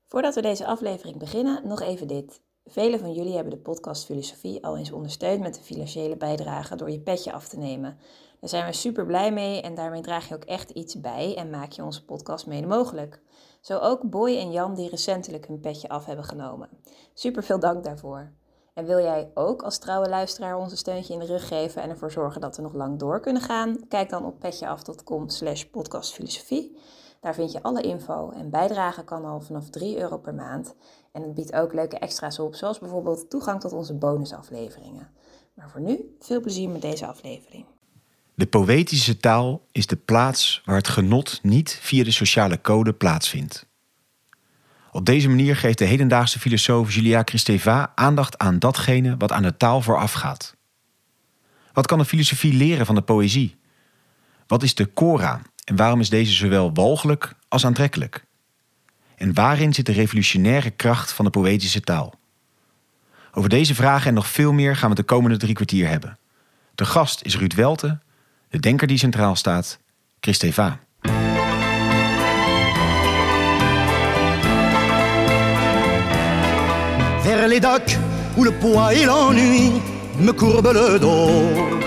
Voordat we deze aflevering beginnen, nog even dit. Velen van jullie hebben de podcast Filosofie al eens ondersteund met een financiële bijdrage door je petje af te nemen. Daar zijn we super blij mee en daarmee draag je ook echt iets bij en maak je onze podcast mede mogelijk. Zo ook Boy en Jan die recentelijk hun petje af hebben genomen. Super veel dank daarvoor. En wil jij ook als trouwe luisteraar ons een steuntje in de rug geven en ervoor zorgen dat we nog lang door kunnen gaan? Kijk dan op petjeaf.com/podcastfilosofie. Daar vind je alle info en bijdragen kan al vanaf €3 per maand. En het biedt ook leuke extra's op, zoals bijvoorbeeld toegang tot onze bonusafleveringen. Maar voor nu, veel plezier met deze aflevering. De poëtische taal is de plaats waar het genot niet via de sociale code plaatsvindt. Op deze manier geeft de hedendaagse filosoof Julia Kristeva aandacht aan datgene wat aan de taal voorafgaat. Wat kan de filosofie leren van de poëzie? Wat is de cora en waarom is deze zowel walgelijk als aantrekkelijk? En waarin zit de revolutionaire kracht van de poëtische taal? Over deze vragen en nog veel meer gaan we de komende 3 kwartier hebben. De gast is Ruud Welte, de denker die centraal staat, Kristeva. Vers les docks où le poids et l'ennui me courbent le dos.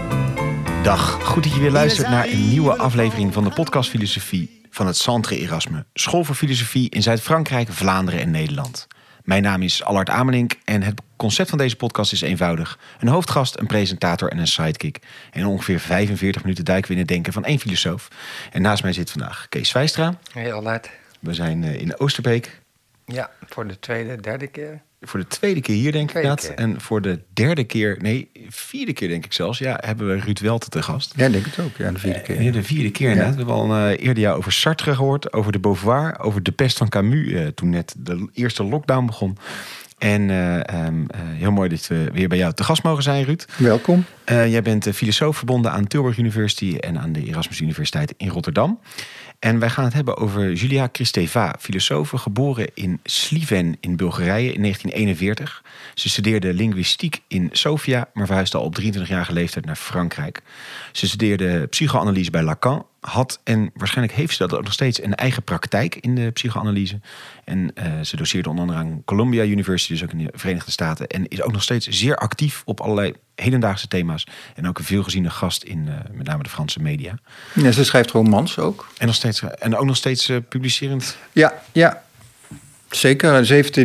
Dag, goed dat je weer luistert naar een nieuwe aflevering van de podcast Filosofie van het Centre Erasme, School voor Filosofie in Zuid-Frankrijk, Vlaanderen en Nederland. Mijn naam is Allard Amelink en het concept van deze podcast is eenvoudig. Een hoofdgast, een presentator en een sidekick. En in ongeveer 45 minuten duiken we in het denken van 1 filosoof. En naast mij zit vandaag Kees Zwijstra. Hey Allard. We zijn in Oosterbeek. Ja, voor de derde keer. Voor de 2e keer hier, denk ik inderdaad. En voor de 4e keer denk ik zelfs, hebben we Ruud Welte te gast. Ja, denk het ook. Ja, de 4e keer. De 4e keer inderdaad. We hebben al eerder jaar over Sartre gehoord, over de Beauvoir, over de pest van Camus, toen net de eerste lockdown begon. En heel mooi dat we weer bij jou te gast mogen zijn, Ruud. Welkom. Jij bent filosoof verbonden aan Tilburg University en aan de Erasmus Universiteit in Rotterdam. En wij gaan het hebben over Julia Kristeva, filosofe, geboren in Sliven in Bulgarije in 1941. Ze studeerde linguïstiek in Sofia, maar verhuisde al op 23-jarige leeftijd naar Frankrijk. Ze studeerde psychoanalyse bij Lacan, had en waarschijnlijk heeft ze dat ook nog steeds een eigen praktijk in de psychoanalyse. En ze doceerde onder andere aan Columbia University, dus ook in de Verenigde Staten. En is ook nog steeds zeer actief op allerlei hedendaagse thema's. En ook een veelgeziene gast in met name de Franse media. Ja, ze schrijft romans ook. En ook nog steeds publicerend? Ja. Zeker. Ze heeft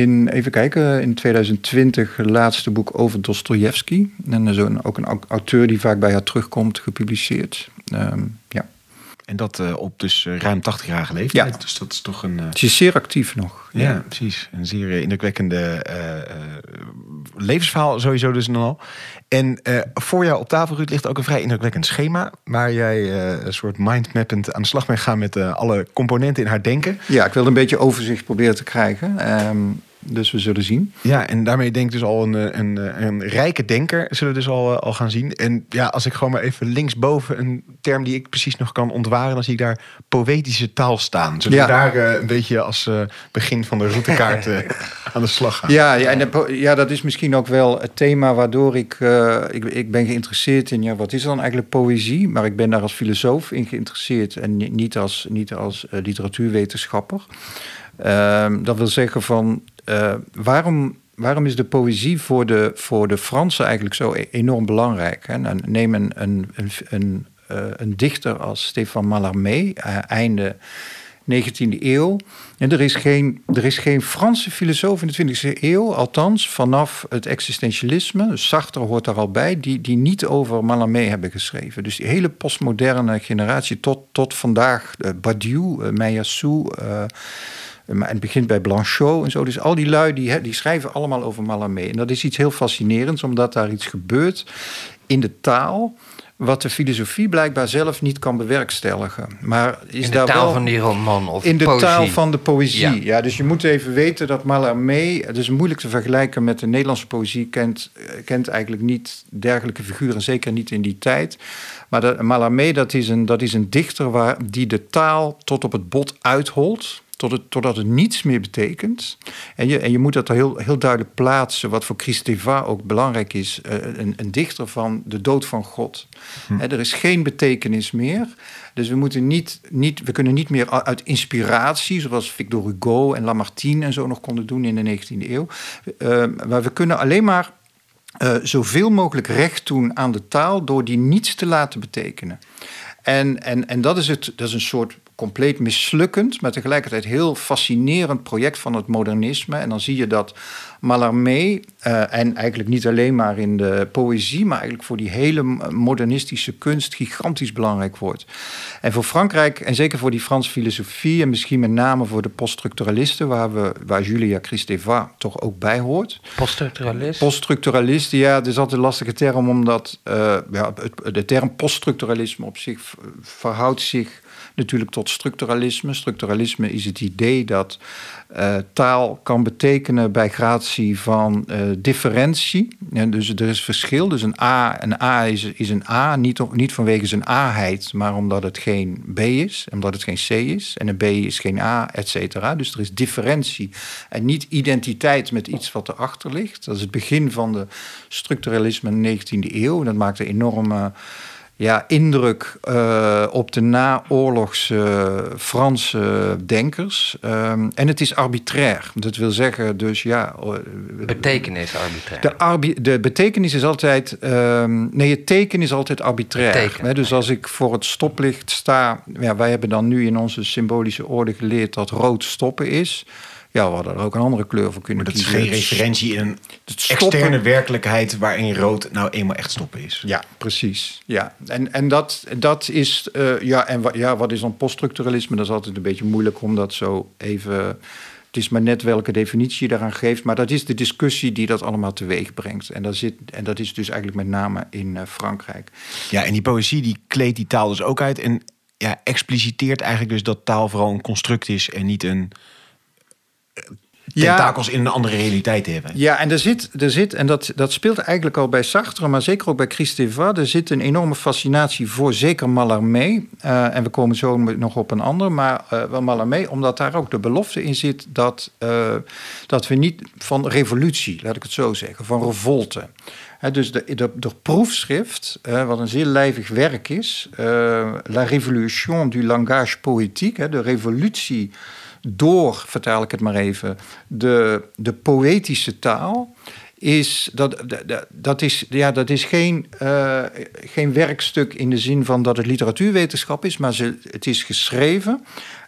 in 2020 het laatste boek over Dostojevski. En ook een auteur die vaak bij haar terugkomt, gepubliceerd. Ja. En dat op dus ruim 80-jarige leeftijd. Ja. Dus dat is toch een... Ze is zeer actief nog. Ja, precies. Een zeer indrukwekkende levensverhaal sowieso dus al. En voor jou op tafel, Ruud, ligt ook een vrij indrukwekkend schema, waar jij een soort mindmappend aan de slag mee gaat met alle componenten in haar denken. Ja, ik wilde een beetje overzicht proberen te krijgen. Dus we zullen zien. Ja, en daarmee denk ik dus al een rijke denker zullen we dus al gaan zien. En ja, als ik gewoon maar even linksboven een term die ik precies nog kan ontwaren, dan zie ik daar poëtische taal staan. Zullen we daar een beetje als begin van de routekaart aan de slag gaan? Ja, dat is misschien ook wel het thema waardoor ik ben geïnteresseerd in, wat is dan eigenlijk poëzie? Maar ik ben daar als filosoof in geïnteresseerd en niet als literatuurwetenschapper. Dat wil zeggen van, waarom is de poëzie voor de Fransen eigenlijk zo enorm belangrijk? Hè? Nou, neem een dichter als Stéphane Mallarmé, einde 19e eeuw. En er is geen Franse filosoof in de 20e eeuw, althans vanaf het existentialisme, dus Sartre hoort daar al bij, die niet over Mallarmé hebben geschreven. Dus die hele postmoderne generatie tot vandaag, Badiou, Meillassoux, en het begint bij Blanchot en zo. Dus al die lui die schrijven allemaal over Mallarmé. En dat is iets heel fascinerends, omdat daar iets gebeurt in de taal wat de filosofie blijkbaar zelf niet kan bewerkstelligen. Maar is in de taal van die roman of in de poëzie. Taal van de poëzie. Ja, dus je moet even weten dat Mallarmé, het is moeilijk te vergelijken met de Nederlandse poëzie, kent eigenlijk niet dergelijke figuren, zeker niet in die tijd. Maar Mallarmé, dat is een dichter die de taal tot op het bot uitholt. totdat het niets meer betekent. En je moet dat heel duidelijk plaatsen, wat voor Kristeva ook belangrijk is, een dichter van de dood van God. Er is geen betekenis meer. Dus we kunnen niet meer uit inspiratie, zoals Victor Hugo en Lamartine en zo nog konden doen in de 19e eeuw. Maar we kunnen alleen maar zoveel mogelijk recht doen aan de taal door die niets te laten betekenen. En dat is een soort compleet mislukkend, maar tegelijkertijd heel fascinerend project van het modernisme. En dan zie je dat Mallarmé, en eigenlijk niet alleen maar in de poëzie, maar eigenlijk voor die hele modernistische kunst gigantisch belangrijk wordt. En voor Frankrijk, en zeker voor die Franse filosofie, en misschien met name voor de poststructuralisten, waar Julia Kristeva toch ook bij hoort. Poststructuralisten, ja, het is altijd een lastige term, omdat de term poststructuralisme op zich verhoudt zich natuurlijk tot structuralisme. Structuralisme is het idee dat taal kan betekenen bij gratie van differentie. En dus er is verschil. Dus een A is een A, niet vanwege zijn A-heid, maar omdat het geen B is, omdat het geen C is. En een B is geen A, et cetera. Dus er is differentie en niet identiteit met iets wat erachter ligt. Dat is het begin van de structuralisme in de 19e eeuw. Dat maakt een enorme indruk op de naoorlogse Franse denkers. En het is arbitrair. Dat wil zeggen, dus betekenis arbitrair. De betekenis is altijd... het teken is altijd arbitrair. Dus als ik voor het stoplicht sta... Ja, wij hebben dan nu in onze symbolische orde geleerd dat rood stoppen is. Ja, we hadden er ook een andere kleur voor kunnen kiezen. Maar dat is geen referentie in een externe werkelijkheid waarin rood nou eenmaal echt stoppen is. Ja, precies. Ja. En dat is... wat is dan poststructuralisme? Dat is altijd een beetje moeilijk om dat zo even... Het is maar net welke definitie je daaraan geeft. Maar dat is de discussie die dat allemaal teweeg brengt. En dat is dus eigenlijk met name in Frankrijk. Ja, en die poëzie die kleedt die taal dus ook uit. En expliciteert eigenlijk dus dat taal vooral een construct is en niet een... tentakels in een andere realiteit hebben. Ja, en er zit en dat speelt eigenlijk al bij Sartre, maar zeker ook bij Kristeva, er zit een enorme fascinatie voor zeker Mallarmé. En we komen zo nog op een ander, maar wel Mallarmé, omdat daar ook de belofte in zit dat we niet van revolutie, laat ik het zo zeggen, van revolte. Dus de proefschrift, wat een zeer lijvig werk is, La Révolution du langage poétique, de revolutie door, vertaal ik het maar even, de poëtische taal, dat is geen werkstuk in de zin van dat het literatuurwetenschap is, maar het is geschreven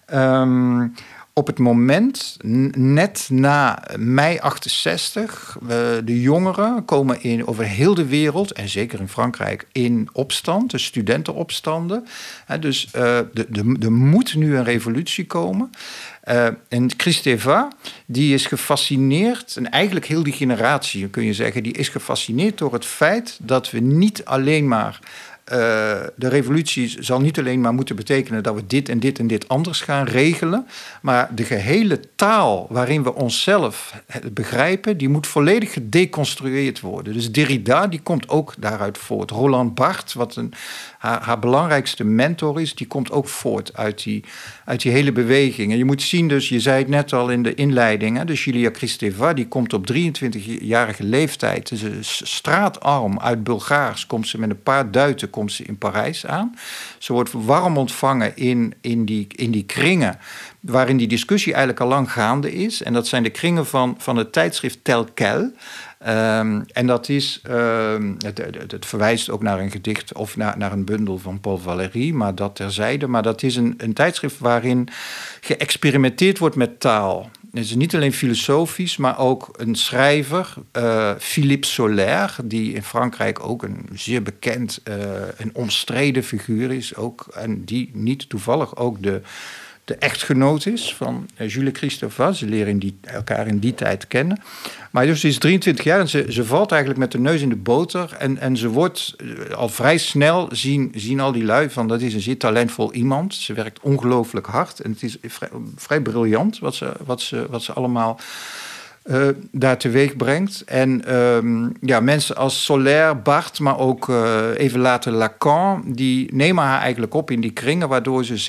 op het moment, net na mei 68, de jongeren komen over heel de wereld, en zeker in Frankrijk, in opstand, de studentenopstanden. Dus er moet nu een revolutie komen. En Kristeva, die is gefascineerd, en eigenlijk heel die generatie, kun je zeggen, die is gefascineerd door het feit dat we niet alleen maar... de revolutie zal niet alleen maar moeten betekenen dat we dit en dit en dit anders gaan regelen, maar de gehele taal waarin we onszelf begrijpen, die moet volledig gedeconstrueerd worden. Dus Derrida, die komt ook daaruit voort. Roland Barthes, wat haar belangrijkste mentor is, die komt ook voort uit die hele beweging. En je moet zien, dus je zei het net al in de inleiding, dus Julia Kristeva, die komt op 23-jarige leeftijd, dus straatarm uit Bulgaars, komt ze met een paar duiten komt ze in Parijs aan. Ze wordt warm ontvangen in die kringen waarin die discussie eigenlijk al lang gaande is. En dat zijn de kringen van het tijdschrift Tel Quel. En dat is, het verwijst ook naar een gedicht of naar een bundel van Paul Valéry, maar dat terzijde. Maar dat is een tijdschrift waarin geëxperimenteerd wordt met taal. Het is niet alleen filosofisch, maar ook een schrijver, Philippe Sollaire, die in Frankrijk ook een zeer bekend en omstreden figuur is. Ook, en die niet toevallig ook de echtgenoot is van Julia Kristeva. Ze leren elkaar in die tijd kennen. Maar dus ze is 23 jaar en ze valt eigenlijk met de neus in de boter. En ze wordt al vrij snel, zien al die lui van, dat is een zeer talentvol iemand. Ze werkt ongelooflijk hard. En het is vrij briljant wat ze allemaal daar teweeg brengt. En mensen als Sollaire, Barthes, maar ook even later Lacan, die nemen haar eigenlijk op in die kringen, waardoor ze zich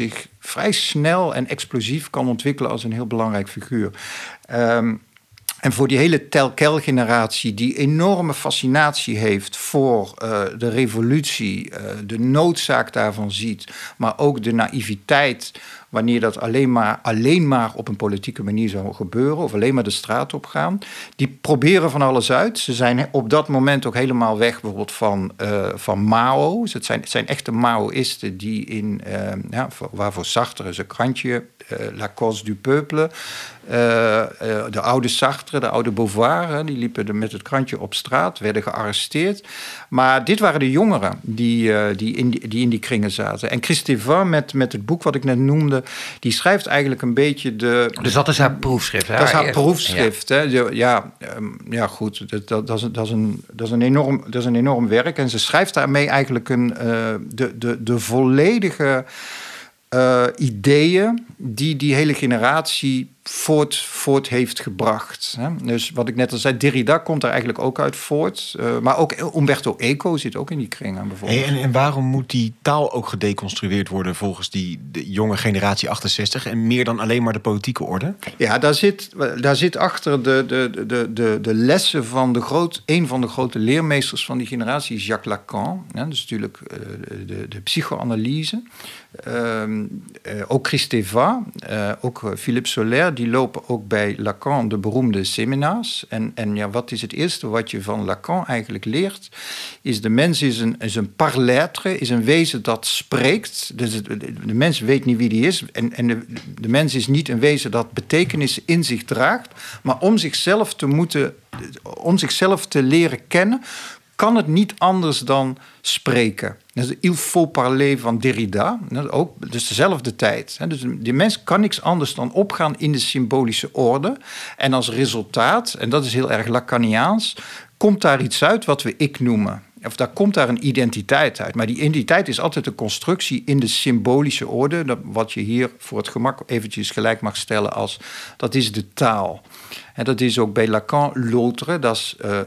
vrij snel en explosief kan ontwikkelen als een heel belangrijk figuur. En voor die hele Telquel-generatie die enorme fascinatie heeft voor de revolutie, de noodzaak daarvan ziet, maar ook de naïviteit wanneer dat alleen maar op een politieke manier zou gebeuren of alleen maar de straat op gaan, die proberen van alles uit. Ze zijn op dat moment ook helemaal weg bijvoorbeeld van Mao. Het zijn echte Maoïsten die waarvoor Sartre zijn krantje, La Cause du Peuple, de oude Sartre, de oude Beauvoir, die liepen met het krantje op straat, werden gearresteerd. Maar dit waren de jongeren die in die kringen zaten. En Christeva met het boek wat ik net noemde, die schrijft eigenlijk een beetje Dus dat is haar proefschrift, hè? Dat is haar proefschrift, hè? Goed. Dat is een enorm werk. En ze schrijft daarmee eigenlijk de volledige ideeën die hele generatie voort heeft gebracht. Hè? Dus wat ik net al zei, Derrida komt daar eigenlijk ook uit voort. Maar ook Umberto Eco zit ook in die kring aan bijvoorbeeld. En waarom moet die taal ook gedeconstrueerd worden volgens de jonge generatie 68 en meer dan alleen maar de politieke orde? Ja, daar zit achter de lessen van een van de grote leermeesters van die generatie, Jacques Lacan. Hè? Dus natuurlijk de psychoanalyse. Ook Christeva, ook Philippe Soler, die lopen ook bij Lacan de beroemde semina's. En wat is het eerste wat je van Lacan eigenlijk leert? Is de mens is een parlêtre, is een wezen dat spreekt. Dus de mens weet niet wie die is. En de mens is niet een wezen dat betekenis in zich draagt. Maar om zichzelf te leren kennen, kan het niet anders dan spreken. Dat is Il faut parler van Derrida. Ook, dus dezelfde tijd. Dus de mens kan niks anders dan opgaan in de symbolische orde. En als resultaat, en dat is heel erg Lacaniaans, komt daar iets uit wat we ik noemen. Of daar komt daar een identiteit uit. Maar die identiteit is altijd een constructie in de symbolische orde. Wat je hier voor het gemak eventjes gelijk mag stellen als, dat is de taal. En dat is ook bij Lacan l'autre, dat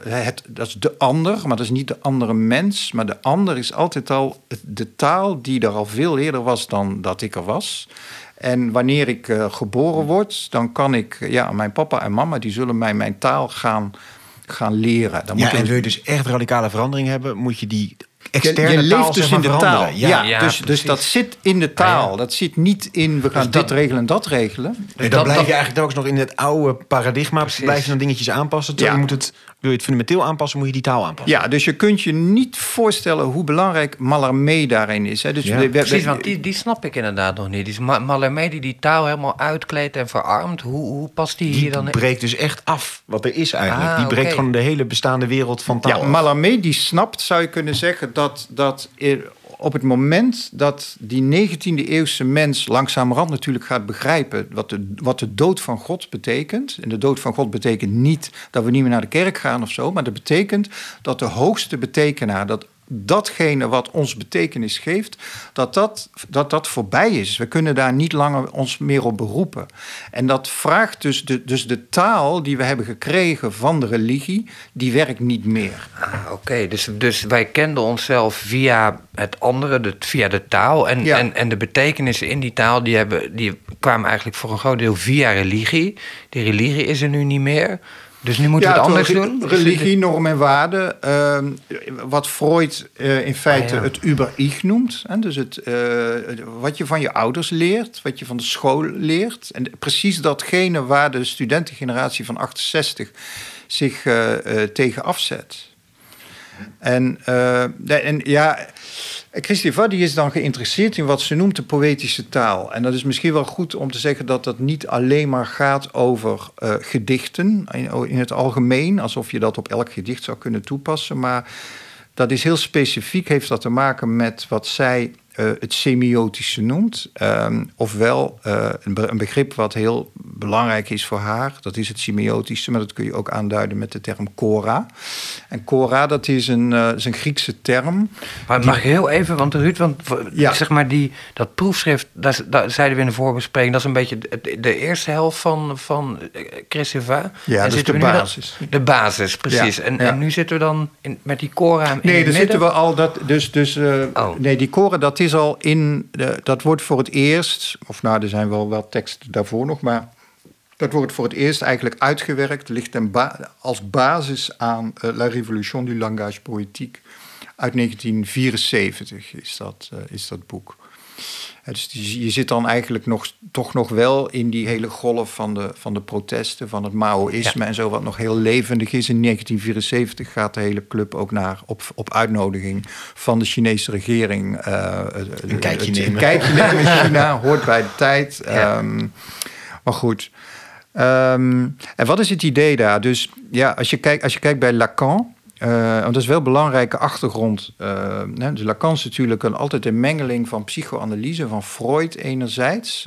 is de ander, maar dat is niet de andere mens. Maar de ander is altijd al de taal die er al veel eerder was dan dat ik er was. En wanneer ik geboren word, dan kan ik, mijn papa en mama, die zullen mij mijn taal gaan leren. En wil je dus echt radicale verandering hebben, moet je die externe je leeft taal dus in de taal. Dus dat zit in de taal. Dat zit niet in, we gaan dit regelen en dat regelen. Dan blijf je eigenlijk telkens nog in het oude paradigma. Blijf je dan dingetjes aanpassen. Wil je het fundamenteel aanpassen, moet je die taal aanpassen. Ja, dus je kunt je niet voorstellen hoe belangrijk Mallarmé daarin is. Hè. Dus precies, want die snap ik inderdaad nog niet. Dus Mallarmé die taal helemaal uitkleedt en verarmt, hoe past die hier dan in? Die breekt dus echt af wat er is eigenlijk. Die breekt gewoon de hele bestaande wereld van taal. Ja, Mallarmé die snapt, zou je kunnen zeggen, dat op het moment dat die 19e-eeuwse mens langzamerhand natuurlijk gaat begrijpen wat de dood van God betekent. En de dood van God betekent niet dat we niet meer naar de kerk gaan of zo, maar dat betekent dat de hoogste betekenaar, datgene wat ons betekenis geeft, dat voorbij is. We kunnen daar niet langer ons meer op beroepen. En dat vraagt dus de taal die we hebben gekregen van de religie, die werkt niet meer. Oké. Dus wij kenden onszelf via het andere, via de taal. En de betekenissen in die taal, die kwamen eigenlijk voor een groot deel via religie. Die religie is er nu niet meer. Dus nu moeten we het anders doen? Religie, norm en waarden. Wat Freud in feite het Über-Ich noemt. Hè? Dus wat je van je ouders leert, wat je van de school leert. En precies datgene waar de studentengeneratie van 68 zich tegen afzet. Christeva die is dan geïnteresseerd in wat ze noemt de poëtische taal. En dat is misschien wel goed om te zeggen dat dat niet alleen maar gaat over gedichten in het algemeen, alsof je dat op elk gedicht zou kunnen toepassen. Maar dat is heel specifiek, heeft dat te maken met wat zij het semiotische noemt. Ofwel een begrip wat heel belangrijk is voor haar. Dat is het semiotische, maar dat kun je ook aanduiden met de term kora. En kora, dat is een Griekse term. Maar mag ik heel even, want Ruud, zeg maar dat proefschrift, daar zeiden we in de voorbespreking, dat is een beetje de eerste helft van Kristeva. Ja, dat is de basis. De basis, precies. Ja, en nu zitten we dan met die kora in Nee, het daar zitten we al. Nee, die koren, dat is al dat wordt voor het eerst, of er zijn wel teksten daarvoor nog, maar dat wordt voor het eerst eigenlijk uitgewerkt, ligt als basis aan La Révolution du langage poétique uit 1974 is dat boek. Dus je zit dan eigenlijk toch nog wel in die hele golf van de protesten, van het Maoïsme en zo, wat nog heel levendig is. In 1974 gaat de hele club ook op uitnodiging van de Chinese regering een kijkje nemen in China, hoort bij de tijd. Ja. Maar goed. En wat is het idee daar? Dus ja, als je kijkt bij Lacan, want dat is wel een belangrijke achtergrond. Dus Lacan is natuurlijk altijd een mengeling van psychoanalyse, van Freud enerzijds.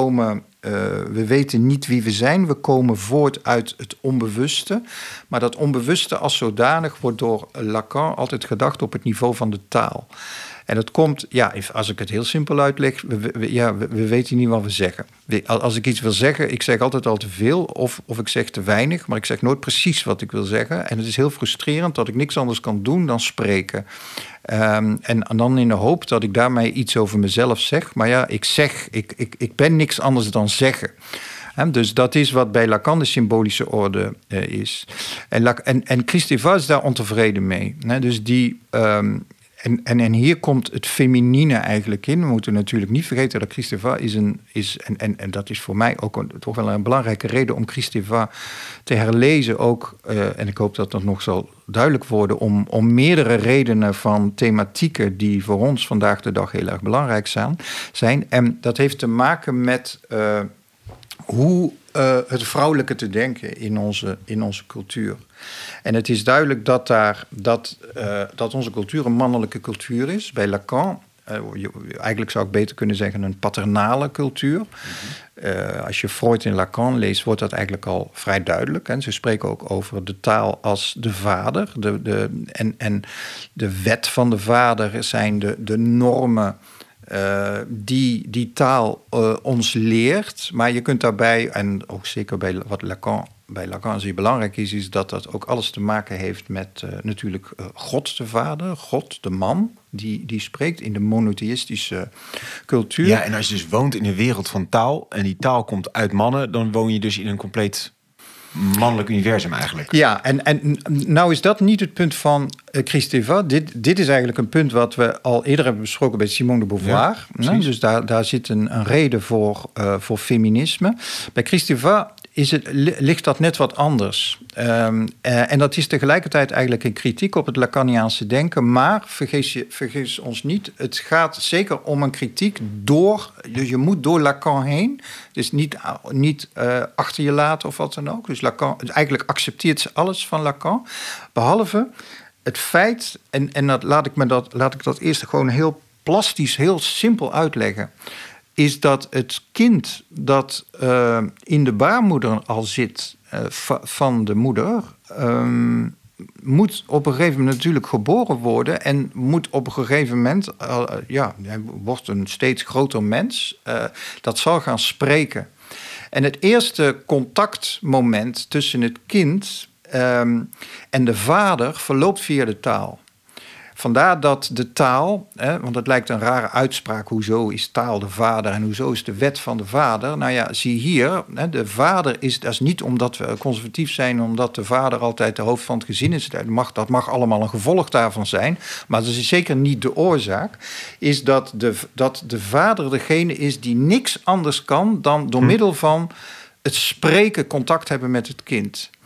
We weten niet wie we zijn, we komen voort uit het onbewuste. Maar dat onbewuste als zodanig wordt door Lacan altijd gedacht op het niveau van de taal. En dat komt, als ik het heel simpel uitleg, we weten niet wat we zeggen. Als ik iets wil zeggen, ik zeg altijd al te veel of ik zeg te weinig, maar ik zeg nooit precies wat ik wil zeggen. En het is heel frustrerend dat ik niks anders kan doen dan spreken. En dan in de hoop dat ik daarmee iets over mezelf zeg. Maar ja, ik ben niks anders dan zeggen. Dus dat is wat bij Lacan de symbolische orde is. En Kristeva is daar ontevreden mee. Dus die... En hier komt het feminine eigenlijk in. We moeten natuurlijk niet vergeten dat Kristeva en dat is voor mij ook toch wel een belangrijke reden om Kristeva te herlezen ook. En ik hoop dat dat nog zal duidelijk worden om meerdere redenen van thematieken die voor ons vandaag de dag heel erg belangrijk zijn. En dat heeft te maken met hoe het vrouwelijke te denken in onze cultuur. En het is duidelijk dat onze cultuur een mannelijke cultuur is. Bij Lacan, eigenlijk zou ik beter kunnen zeggen een paternale cultuur. Als je Freud en Lacan leest, wordt dat eigenlijk al vrij duidelijk. Ze spreken ook over de taal als de vader. En de wet van de vader zijn de normen die taal ons leert. Maar je kunt daarbij, en ook zeker bij wat bij Lacan zeer belangrijk is dat ook alles te maken heeft met natuurlijk God de Vader, God de man, die spreekt in de monotheïstische cultuur. Ja, en als je dus woont in een wereld van taal en die taal komt uit mannen, dan woon je dus in een compleet mannelijk universum eigenlijk. Ja, en nou is dat niet het punt van Kristeva. Dit is eigenlijk een punt wat we al eerder hebben besproken bij Simone de Beauvoir. Ja, dus daar zit een reden voor feminisme. Bij Kristeva ligt dat net wat anders. En dat is tegelijkertijd eigenlijk een kritiek op het Lacaniaanse denken. Maar vergis ons niet, het gaat zeker om een kritiek dus je moet door Lacan heen. Dus niet achter je laten of wat dan ook. Dus Lacan, eigenlijk accepteert ze alles van Lacan. Behalve het feit, en laat ik dat eerst gewoon heel plastisch, heel simpel uitleggen, is dat het kind dat in de baarmoeder al zit van de moeder, moet op een gegeven moment natuurlijk geboren worden en moet op een gegeven moment, hij wordt een steeds groter mens, dat zal gaan spreken. En het eerste contactmoment tussen het kind en de vader verloopt via de taal. Vandaar dat de taal, want het lijkt een rare uitspraak, hoezo is taal de vader en hoezo is de wet van de vader? Nou ja, zie hier, de vader dat is niet omdat we conservatief zijn, omdat de vader altijd de hoofd van het gezin is. Dat mag allemaal een gevolg daarvan zijn, maar dat is zeker niet de oorzaak. Is dat de vader degene is die niks anders kan dan door middel van het spreken contact hebben met het kind.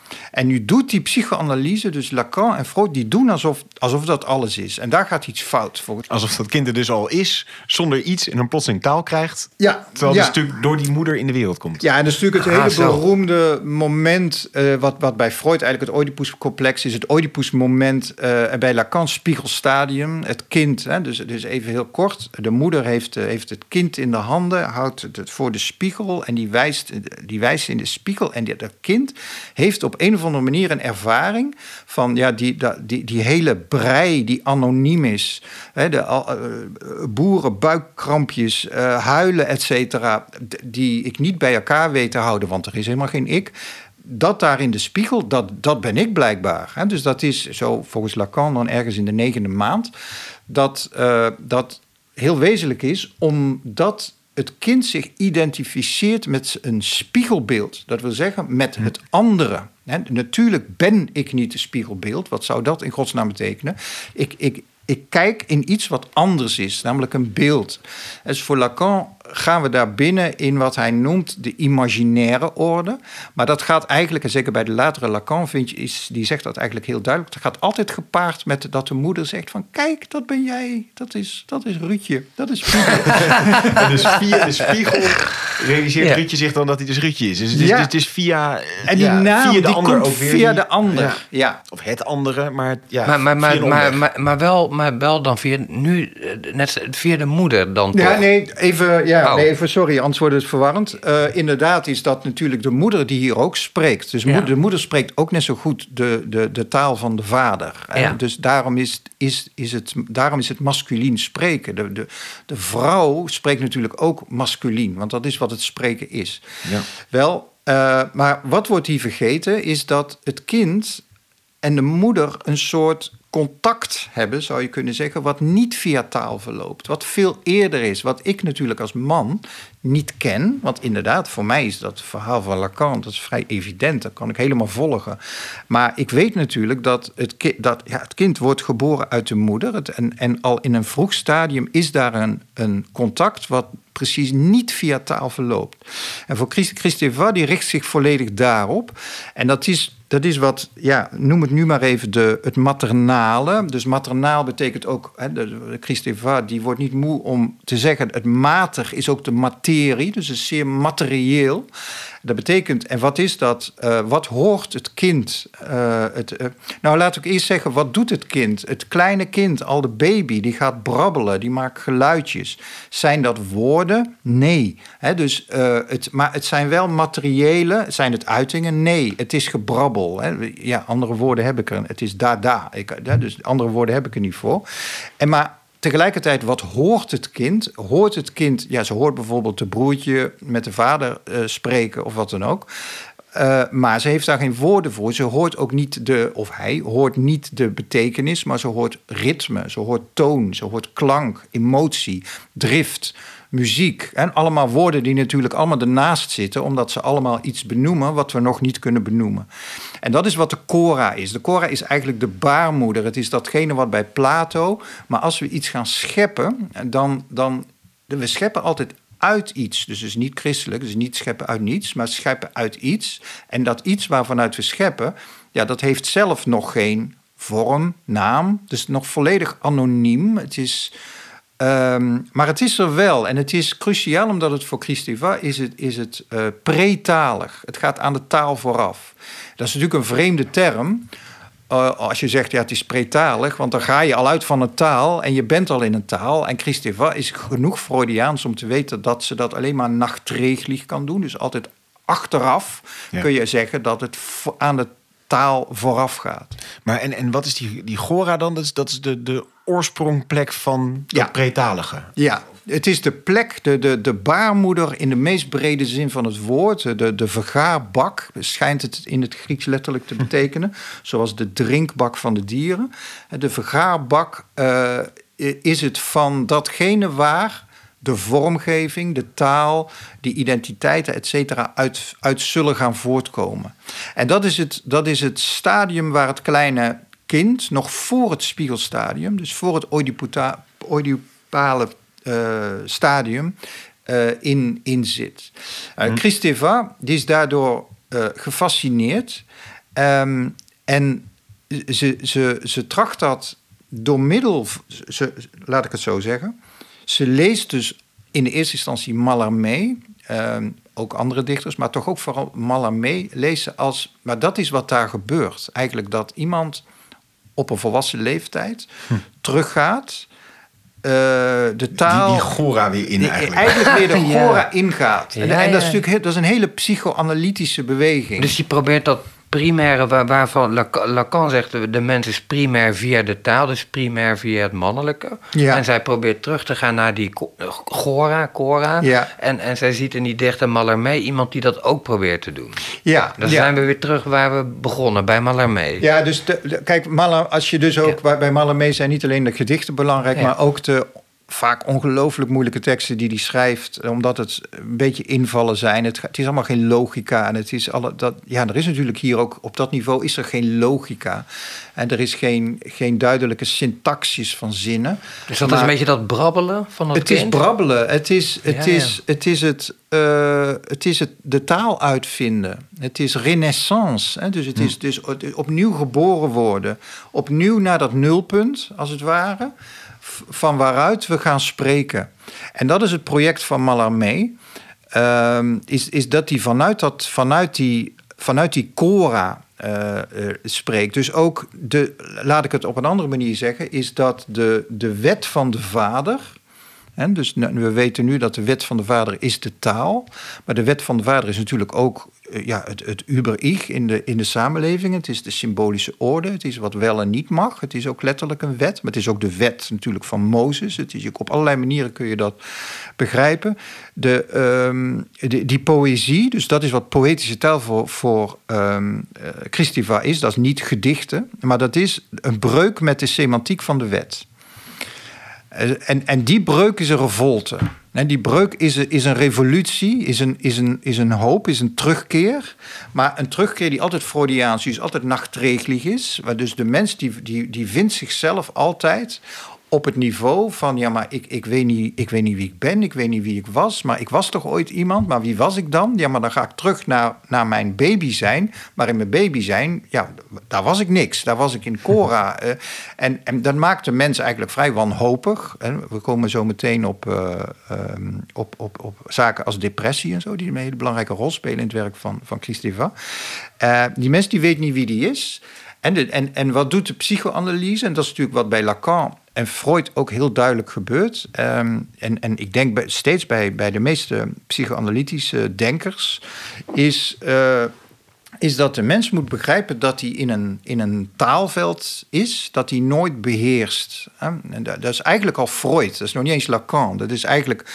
En nu doet die psychoanalyse, dus Lacan en Freud, die doen alsof dat alles is. En daar gaat iets fout. Alsof dat kind er dus al is, zonder iets en een plotseling taal krijgt. Ja, terwijl het natuurlijk door die moeder in de wereld komt. Ja, en dat is natuurlijk het hele beroemde moment, wat bij Freud eigenlijk het Oedipus-complex is. Het Oedipus-moment bij Lacan, spiegelstadium. Het kind, dus even heel kort. De moeder heeft het kind in de handen, houdt het voor de spiegel en die wijst in de spiegel. En dat kind heeft op een of andere manier een ervaring van die hele brei die anoniem is. Boeren, buikkrampjes, huilen, et cetera, die ik niet bij elkaar weet te houden, want er is helemaal geen ik. Dat daar in de spiegel, dat ben ik blijkbaar. Hè? Dus dat is zo volgens Lacan dan ergens in de 9e maand. Dat heel wezenlijk is, omdat het kind zich identificeert met een spiegelbeeld. Dat wil zeggen, met het andere. Natuurlijk ben ik niet een spiegelbeeld. Wat zou dat in godsnaam betekenen? Ik kijk in iets wat anders is, namelijk een beeld. Dus voor Lacan gaan we daar binnen in wat hij noemt de imaginaire orde. Maar dat gaat eigenlijk, en zeker bij de latere Lacan, die zegt dat eigenlijk heel duidelijk. Dat gaat altijd gepaard met dat de moeder zegt van, kijk, dat ben jij. Dat is Ruudje. Dat is Spiegel. En dus via de spiegel realiseert Ruudje zich dan dat hij dus Ruudje is. Dus het is via, en die naam, via de die ander komt ook weer. Via de ander, ja. Of het andere, maar maar wel dan via de moeder dan toch? Ja, nee, even sorry, anders wordt het verwarrend. Inderdaad is dat natuurlijk de moeder die hier ook spreekt. Dus de moeder spreekt ook net zo goed de taal van de vader. Ja. Dus daarom is het masculien spreken. De vrouw spreekt natuurlijk ook masculien, want dat is wat het spreken is. Ja. Wel, maar wat wordt hier vergeten is dat het kind en de moeder een soort contact hebben, zou je kunnen zeggen, wat niet via taal verloopt. Wat veel eerder is, wat ik natuurlijk als man niet ken. Want inderdaad, voor mij is dat verhaal van Lacan, dat is vrij evident. Dat kan ik helemaal volgen. Maar ik weet natuurlijk dat het kind wordt geboren uit de moeder. En al in een vroeg stadium is daar een contact wat precies niet via taal verloopt. En voor Kristeva, die richt zich volledig daarop. En dat is wat, noem het nu maar even het maternale. Dus maternaal betekent ook, de Kristeva, die wordt niet moe om te zeggen, het mater is ook de materie, dus het is zeer materieel. Dat betekent, en wat is dat? Wat hoort het kind? Nou, laat ik eerst zeggen, wat doet het kind? Het kleine kind, al de baby, die gaat brabbelen, die maakt geluidjes. Zijn dat woorden? Nee. Maar het zijn wel materiële, zijn het uitingen? Nee, het is gebrabbel. Ja, andere woorden heb ik er. Het is dada. Dus andere woorden heb ik er niet voor. Maar tegelijkertijd, wat hoort het kind? Hoort het kind, ze hoort bijvoorbeeld de broertje met de vader spreken of wat dan ook. Maar ze heeft daar geen woorden voor. Ze hoort ook niet hij hoort niet de betekenis, maar ze hoort ritme, ze hoort toon, ze hoort klank, emotie, drift, muziek. En allemaal woorden die natuurlijk allemaal ernaast zitten, omdat ze allemaal iets benoemen wat we nog niet kunnen benoemen. En dat is wat de Cora is. De Cora is eigenlijk de baarmoeder. Het is datgene wat bij Plato. Maar als we iets gaan scheppen, dan we scheppen altijd uit iets. Dus het is niet christelijk, dus niet scheppen uit niets, maar scheppen uit iets. En dat iets waarvanuit we scheppen, dat heeft zelf nog geen vorm, naam. Dus nog volledig anoniem. Het is maar het is er wel. En het is cruciaal, omdat het voor Kristeva is het pretalig. Het gaat aan de taal vooraf. Dat is natuurlijk een vreemde term. Als je zegt, het is pretalig, want dan ga je al uit van een taal en je bent al in een taal. En Kristeva is genoeg Freudiaans om te weten dat ze dat alleen maar nachträglich kan doen. Dus altijd achteraf kun je zeggen dat het aan de taal vooraf gaat. Maar en wat is die Gora dan? Dat is de oorsprongplek van het pretalige. Ja, het is de plek, de baarmoeder in de meest brede zin van het woord. De vergaarbak schijnt het in het Grieks letterlijk te betekenen. Zoals de drinkbak van de dieren. De vergaarbak is het van datgene waar de vormgeving, de taal, die identiteiten, et cetera, uit zullen gaan voortkomen. En dat is het stadium waar het kleine kind, nog voor het spiegelstadium, dus voor het oedipale stadium, in zit. Kristeva, die is daardoor gefascineerd. En ze tracht dat door middel... laat ik het zo zeggen. Ze leest dus in de eerste instantie Mallarmé... ook andere dichters, maar toch ook vooral Mallarmé lezen als... Maar dat is wat daar gebeurt. Eigenlijk dat iemand op een volwassen leeftijd teruggaat... de taal... Die Gora weer in eigenlijk. Eigenlijk weer de Gora ingaat. En dat is natuurlijk dat is een hele psychoanalytische beweging. Dus die probeert dat primaire, waarvan Lacan zegt... de mens is primair via de taal, dus primair via het mannelijke. Ja. En zij probeert terug te gaan naar die Cora. Ja. En zij ziet in die dichter Mallarmé iemand die dat ook probeert te doen. Ja. Dan zijn we weer terug waar we begonnen, bij Mallarmé. Ja, dus kijk, als je dus ook... Bij Mallarmé zijn niet alleen de gedichten belangrijk... maar ook de vaak ongelooflijk moeilijke teksten die hij schrijft... omdat het een beetje invallen zijn. Het is allemaal geen logica. En het is er is natuurlijk hier ook... op dat niveau is er geen logica. En er is geen duidelijke syntaxis van zinnen. Dus dat is een beetje dat brabbelen van het kind? Het is brabbelen. Het is de taal uitvinden. Het is renaissance. Hè? Dus het is dus opnieuw geboren worden. Opnieuw naar dat nulpunt, als het ware... van waaruit we gaan spreken. En dat is het project van Mallarmé. Is dat hij vanuit die Cora spreekt. Dus ook, laat ik het op een andere manier zeggen... is dat de wet van de vader... Hè, dus we weten nu dat de wet van de vader is de taal. Maar de wet van de vader is natuurlijk ook het Uber-Ich in de samenleving. Het is de symbolische orde. Het is wat wel en niet mag. Het is ook letterlijk een wet. Maar het is ook de wet natuurlijk van Mozes. Het is ook op allerlei manieren kun je dat begrijpen. Die poëzie, dus dat is wat poëtische taal voor Kristeva is. Dat is niet gedichten. Maar dat is een breuk met de semantiek van de wet. En die breuk is een revolte. En die breuk is een revolutie, is een hoop, is een terugkeer. Maar een terugkeer die altijd Freudiaans is, altijd nachtregelig is. Maar dus de mens die vindt zichzelf altijd op het niveau van... ja, maar ik weet niet wie ik ben, ik weet niet wie ik was... maar ik was toch ooit iemand, maar wie was ik dan? Ja, maar dan ga ik terug naar mijn baby zijn. Maar in mijn baby zijn, ja, daar was ik niks. Daar was ik in Cora. En dat maakt de mens eigenlijk vrij wanhopig. We komen zo meteen op zaken als depressie en zo... die een hele belangrijke rol spelen in het werk van Kristeva. Die mens die weet niet wie die is... En wat doet de psychoanalyse? En dat is natuurlijk wat bij Lacan en Freud ook heel duidelijk gebeurt. En ik denk steeds bij de meeste psychoanalytische denkers... is dat de mens moet begrijpen dat hij in een taalveld is... dat hij nooit beheerst. En dat is eigenlijk al Freud. Dat is nog niet eens Lacan. Dat is eigenlijk...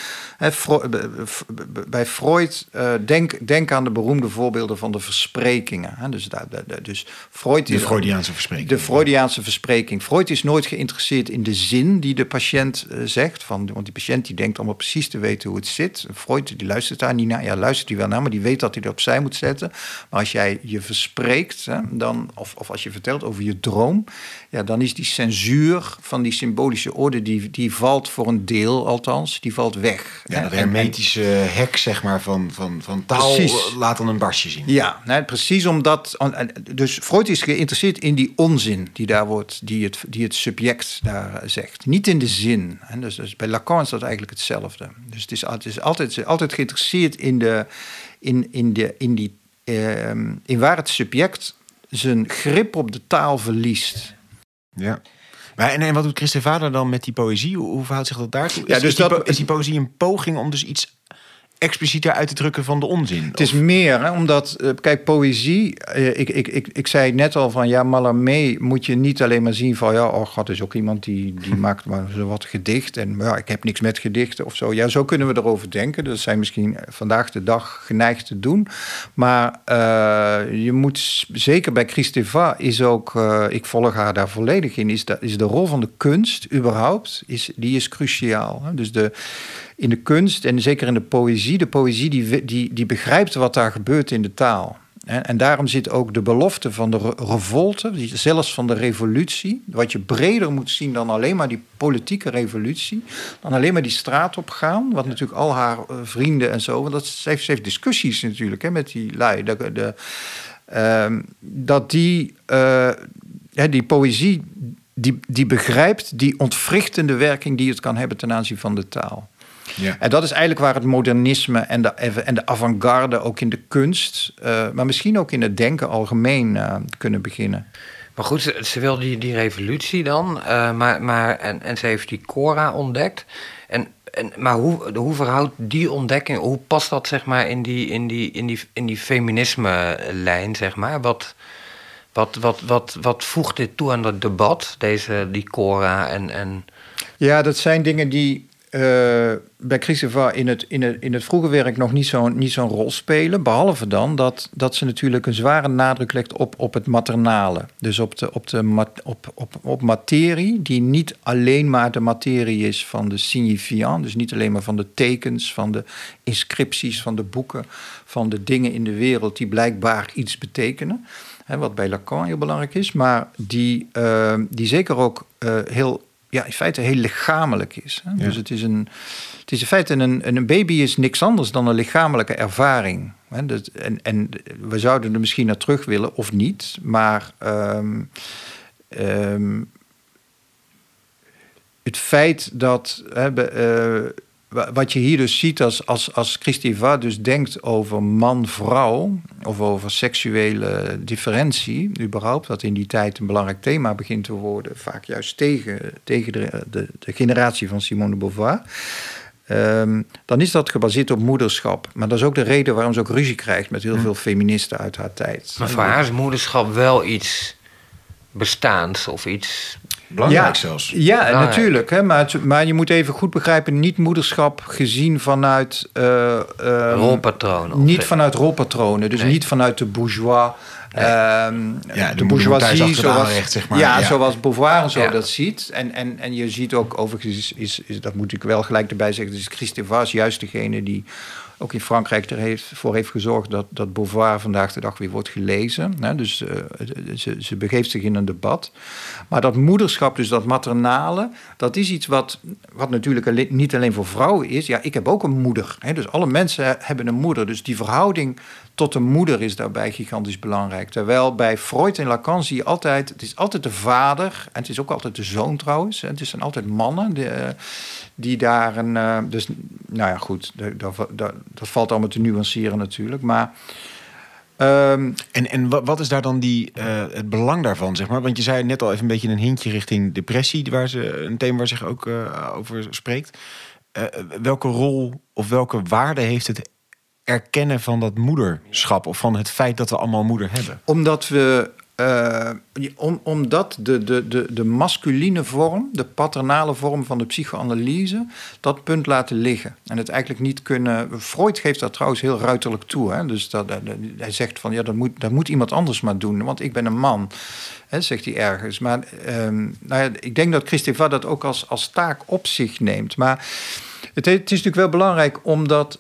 bij Freud, denk aan de beroemde voorbeelden van de versprekingen. Dus Freud is... De Freudiaanse verspreking. De Freudiaanse verspreking. Freud is nooit geïnteresseerd in de zin die de patiënt zegt. Want die patiënt die denkt allemaal precies te weten hoe het zit. Freud die luistert daar niet naar. Ja, luistert hij wel naar, maar die weet dat hij er opzij moet zetten. Maar als jij je verspreekt, dan, of als je vertelt over je droom... ja, dan is die censuur van die symbolische orde... die valt voor een deel althans, die valt weg. Ja, dat hermetische hek, zeg maar, van taal precies. Laat dan een barstje zien. Ja, precies omdat... Dus Freud is geïnteresseerd in die onzin die daar wordt... die het subject daar zegt. Niet in de zin. Dus bij Lacan is dat eigenlijk hetzelfde. Dus het is altijd geïnteresseerd in waar het subject zijn grip op de taal verliest. Ja. Maar en wat doet Kristeva dan met die poëzie? Hoe verhoudt zich dat daartoe? Ja, Is die poëzie een poging om dus iets explicieter uit te drukken van de onzin? Het is meer, omdat, kijk, poëzie... Ik zei net al van, ja, Mallarmé moet je niet alleen maar zien van... ja, oh god, is ook iemand die maakt maar zo wat gedicht... en ja, ik heb niks met gedichten of zo. Ja, zo kunnen we erover denken. Dat zijn misschien vandaag de dag geneigd te doen. Maar je moet, zeker bij Kristeva is ook... ik volg haar daar volledig in... is de rol van de kunst überhaupt, die is cruciaal. Hè? Dus in de kunst en zeker in de poëzie die begrijpt wat daar gebeurt in de taal. En daarom zit ook de belofte van de revolte, zelfs van de revolutie, wat je breder moet zien dan alleen maar die politieke revolutie, dan alleen maar die straat op gaan, wat natuurlijk al haar vrienden en zo, want ze heeft discussies natuurlijk met die lui. dat die poëzie, die begrijpt die ontwrichtende werking die het kan hebben ten aanzien van de taal. Ja. En dat is eigenlijk waar het modernisme en de avant-garde ook in de kunst, maar misschien ook in het denken algemeen kunnen beginnen. Maar goed, ze wil die revolutie dan, en ze heeft die Cora ontdekt. Maar hoe verhoudt die ontdekking, hoe past dat zeg maar in die feminisme-lijn, zeg maar? Wat voegt dit toe aan dat debat, die Cora en... Ja, dat zijn dingen die bij Kristeva in het vroege werk nog niet zo'n rol spelen. Behalve dan dat ze natuurlijk een zware nadruk legt op het maternale. Dus op materie die niet alleen maar de materie is van de signifiant. Dus niet alleen maar van de tekens, van de inscripties, van de boeken, van de dingen in de wereld die blijkbaar iets betekenen. Wat bij Lacan heel belangrijk is. Maar die zeker ook in feite heel lichamelijk is. Hè? Ja. Dus het is in feite een baby is niks anders dan een lichamelijke ervaring. Hè? En we zouden er misschien naar terug willen of niet, maar het feit dat wat je hier dus ziet als Kristeva dus denkt over man-vrouw of over seksuele differentie, überhaupt, wat in die tijd een belangrijk thema begint te worden, vaak juist tegen de generatie van Simone de Beauvoir, dan is dat gebaseerd op moederschap. Maar dat is ook de reden waarom ze ook ruzie krijgt met heel veel feministen uit haar tijd. Maar voor haar is moederschap wel iets bestaans of iets... Belangrijk zelfs. Ja, natuurlijk. Hè, maar je moet even goed begrijpen, niet moederschap gezien vanuit... rolpatronen. Niet vanuit rolpatronen. Dus niet vanuit de bourgeois... de bourgeoisie, zoals Beauvoir en zo dat ziet. En je ziet ook, overigens, dat moet ik wel gelijk erbij zeggen... dus Kristeva is juist degene die ook in Frankrijk ervoor heeft gezorgd... dat Beauvoir vandaag de dag weer wordt gelezen. Dus ze begeeft zich in een debat. Maar dat moederschap, dus dat maternale... dat is iets wat natuurlijk niet alleen voor vrouwen is. Ja, ik heb ook een moeder. Dus alle mensen hebben een moeder. Dus die verhouding tot de moeder is daarbij gigantisch belangrijk. Terwijl bij Freud en Lacan zie je altijd... het is altijd de vader, en het is ook altijd de zoon trouwens. Het zijn altijd mannen die daar een... dus, nou ja, goed, dat valt allemaal te nuanceren natuurlijk, maar... En wat is daar dan het belang daarvan, zeg maar? Want je zei net al even een beetje een hintje richting depressie... een thema waar zich ook over spreekt. Welke rol of welke waarde heeft het erkennen van dat moederschap... of van het feit dat we allemaal moeder hebben? Omdat de masculine vorm, de paternale vorm van de psychoanalyse... dat punt laten liggen. En het eigenlijk niet kunnen... Freud geeft dat trouwens heel ruiterlijk toe. Hè? Dus hij zegt van, dat moet iemand anders maar doen... want ik ben een man, hè, zegt hij ergens. Maar ik denk dat Kristeva dat ook als taak op zich neemt. Maar het is natuurlijk wel belangrijk omdat...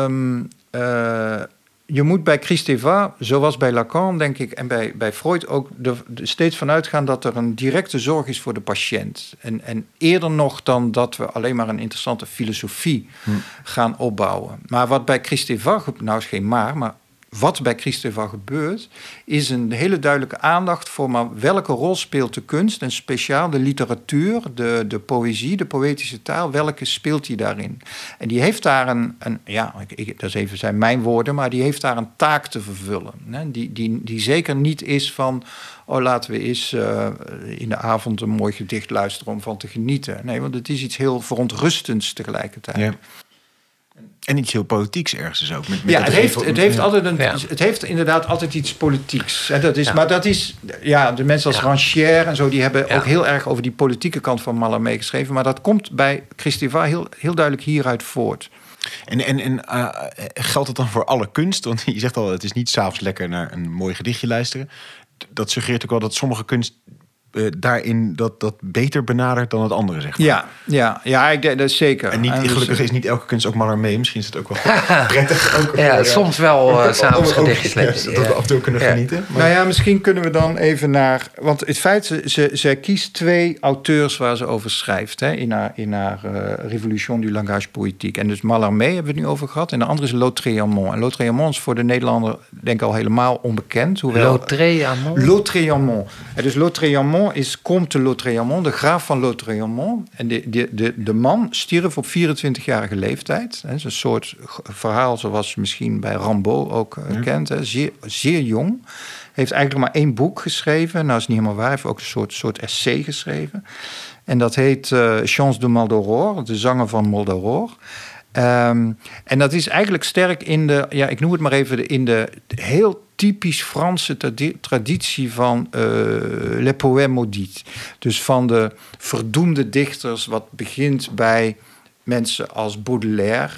je moet bij Kristeva, zoals bij Lacan, denk ik... en bij Freud ook steeds vanuit gaan... dat er een directe zorg is voor de patiënt. En eerder nog dan dat we alleen maar een interessante filosofie gaan opbouwen. Maar wat bij Kristeva... nou is geen maar wat bij Kristeva gebeurt... is een hele duidelijke aandacht voor... maar welke rol speelt de kunst... en speciaal de literatuur, de poëzie, de poëtische taal... welke speelt hij daarin? En die heeft daar dat zijn mijn woorden... maar die heeft daar een taak te vervullen. Hè? Die zeker niet is van... laten we eens in de avond een mooi gedicht luisteren... om van te genieten. Nee, want het is iets heel verontrustends tegelijkertijd. Ja. En iets heel politieks ergens dus ook. Het heeft inderdaad altijd iets politieks. En dat is, maar dat is... Ja, de mensen als Rancière en zo... die hebben ook heel erg over die politieke kant van Mallarmé geschreven. Maar dat komt bij Kristeva heel duidelijk hieruit voort. En geldt het dan voor alle kunst? Want je zegt al, het is niet 's avonds lekker naar een mooi gedichtje luisteren. Dat suggereert ook wel dat sommige kunst daarin dat beter benadert dan het andere, zeg maar. Ja, ik denk dat zeker. En gelukkig is niet elke kunst ook Mallarmé. Misschien is het ook wel prettig. Ook soms wel s'avonds gedichtjes. Dat we af en toe kunnen genieten. Maar... Nou ja, misschien kunnen we dan even naar... Want het feit, zij kiest 2 auteurs waar ze over schrijft. Hè, in haar Révolution du langage poétique. En dus Mallarmé hebben we het nu over gehad. En de andere is Lautréamont. En Lautréamont is voor de Nederlander denk ik al helemaal onbekend. Lautréamont. En dus Lautréamont is Comte de Lautréamont, de graaf van Lautréamont. En de man stierf op 24-jarige leeftijd. Dat is een soort verhaal zoals je misschien bij Rimbaud ook kent. Hè. Zeer jong. Heeft eigenlijk maar 1 boek geschreven. Nou, is niet helemaal waar. Hij heeft ook een soort essay geschreven. En dat heet Chants de Maldoror, de zanger van Maldoror. En dat is eigenlijk sterk in de, ik noem het maar even, in de heel typisch Franse traditie van les poèmes maudits. Dus van de verdoemde dichters, wat begint bij mensen als Baudelaire,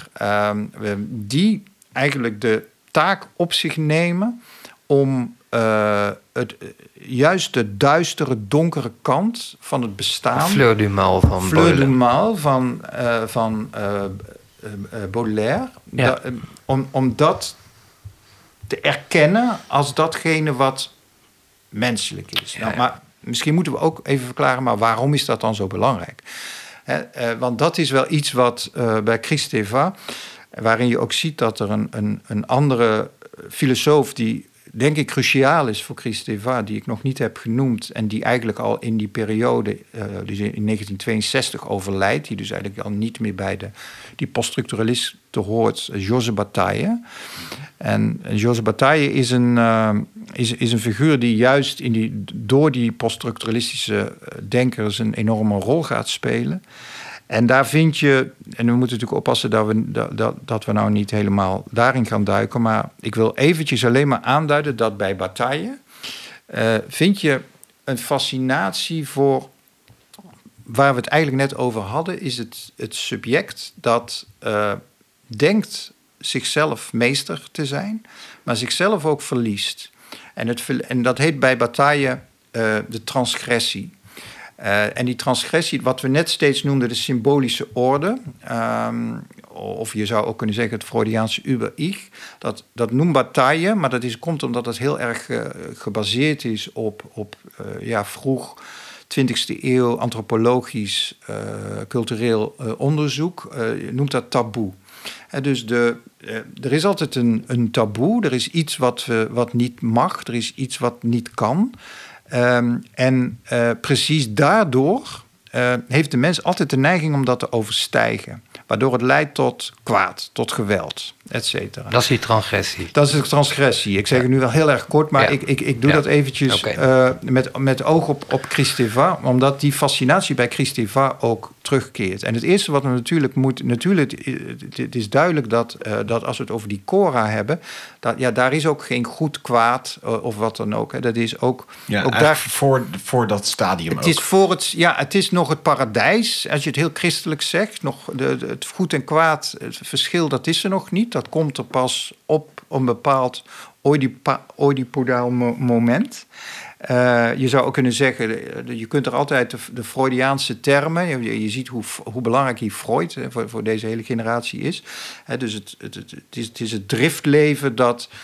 die eigenlijk de taak op zich nemen om juist de duistere, donkere kant van het bestaan... Fleur du Mal van Fleur du Mal van Baudelaire. Ja. Om dat te erkennen als datgene wat menselijk is. Nou, maar misschien moeten we ook even verklaren, maar waarom is dat dan zo belangrijk? Want dat is wel iets wat bij Kristeva, waarin je ook ziet dat er een andere filosoof die denk ik cruciaal is voor Kristeva, die ik nog niet heb genoemd en die eigenlijk al in die periode, dus in 1962 overlijdt, die dus eigenlijk al niet meer bij die poststructuralisten hoort, Joseph Bataille. En Joseph Bataille is een figuur die juist door die poststructuralistische denkers een enorme rol gaat spelen. En daar vind je, en we moeten natuurlijk oppassen dat we nou niet helemaal daarin gaan duiken, maar ik wil eventjes alleen maar aanduiden dat bij Bataille vind je een fascinatie voor, waar we het eigenlijk net over hadden, is het subject dat denkt zichzelf meester te zijn, maar zichzelf ook verliest. En dat heet bij Bataille de transgressie. En die transgressie, wat we net steeds noemden, de symbolische orde, of je zou ook kunnen zeggen het Freudiaanse Über-Ich, dat noemt Bataille, maar dat komt omdat het heel erg gebaseerd is op vroeg 20e eeuw antropologisch, cultureel onderzoek, noemt dat taboe. Dus er is altijd een taboe, er is iets wat niet mag, er is iets wat niet kan. Precies daardoor heeft de mens altijd de neiging om dat te overstijgen. Waardoor het leidt tot kwaad, tot geweld, et cetera. Dat is die transgressie. Dat is de transgressie. Ik zeg het nu wel heel erg kort, maar ik doe dat eventjes met oog op Kristeva, omdat die fascinatie bij Kristeva ook terugkeert. En het eerste wat we natuurlijk, het is duidelijk dat als we het over die Cora hebben, daar is ook geen goed, kwaad of wat dan ook. Hè. Dat is ook daar voor dat stadium. Het is nog het paradijs, als je het heel christelijk zegt, nog het goed en kwaad, het verschil, dat is er nog niet. Dat komt er pas op een bepaald oedipodaal moment. Je zou ook kunnen zeggen, je kunt er altijd de Freudiaanse termen, je ziet hoe belangrijk hier Freud voor deze hele generatie is. Dus het is het driftleven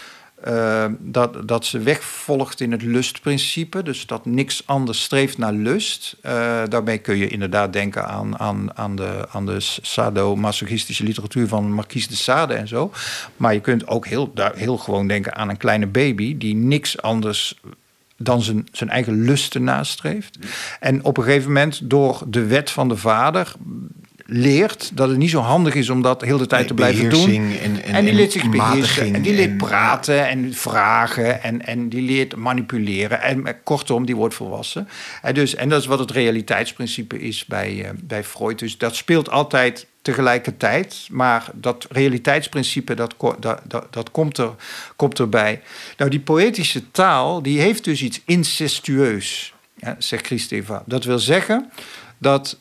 dat ze wegvolgt in het lustprincipe, dus dat niks anders streeft naar lust. Daarmee kun je inderdaad denken aan de sadomasochistische literatuur van Marquise de Sade en zo. Maar je kunt ook heel gewoon denken aan een kleine baby die niks anders dan zijn eigen lusten nastreeft. En op een gegeven moment door de wet van de vader leert dat het niet zo handig is om dat heel de tijd te blijven doen. En die leert zich beheersen. En die leert praten en vragen. En die leert manipuleren. En kortom, die wordt volwassen. En dat is wat het realiteitsprincipe is bij Freud. Dus dat speelt altijd tegelijkertijd. Maar dat realiteitsprincipe, dat komt erbij. Nou, die poëtische taal, die heeft dus iets incestueus, zegt Kristeva. Dat wil zeggen dat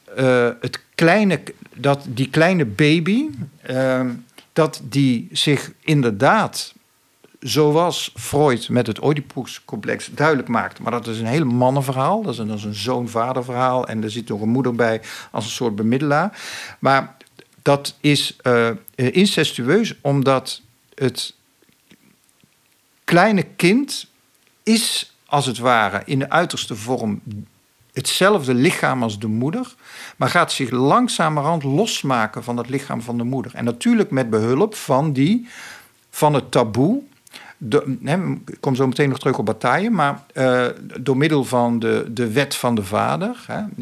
die kleine baby, dat die zich inderdaad zoals Freud met het Oedipuscomplex duidelijk maakt. Maar dat is een heel mannenverhaal. Dat is een zoon-vader-verhaal. En er zit nog een moeder bij als een soort bemiddelaar. Maar dat is incestueus omdat het kleine kind is, als het ware, in de uiterste vorm hetzelfde lichaam als de moeder, maar gaat zich langzamerhand losmaken van het lichaam van de moeder. En natuurlijk met behulp van het taboe. Ik kom zo meteen nog terug op Bataille, maar door middel van de wet van de vader,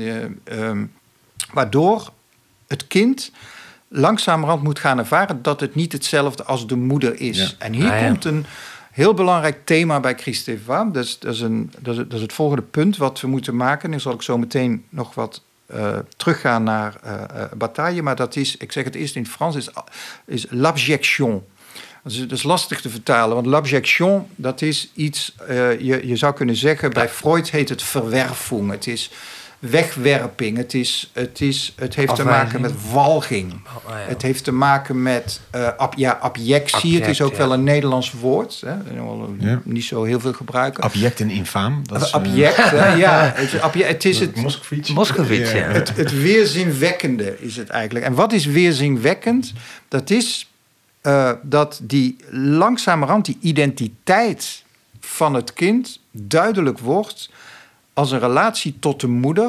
waardoor het kind langzamerhand moet gaan ervaren dat het niet hetzelfde als de moeder is. Ja. En hier komt een heel belangrijk thema bij Kristeva. Dat is het volgende punt wat we moeten maken. Nu zal ik zo meteen nog wat teruggaan naar Bataille. Maar dat is, ik zeg het eerst in het Frans, is l'abjection. Dat is lastig te vertalen, want l'abjection, dat is iets, je zou kunnen zeggen, bij Freud heet het verwerving. Het is wegwerping. Het heeft te maken met walging. Het heeft te maken met abjectie. Het is ook wel een Nederlands woord. Hè? Niet zo heel veel gebruiken. Abject en infaam. Abject, het is het Moskowitz, ja. Het weerzinwekkende is het eigenlijk. En wat is weerzinwekkend? Dat is dat die langzamerhand die identiteit van het kind duidelijk wordt als een relatie tot de moeder.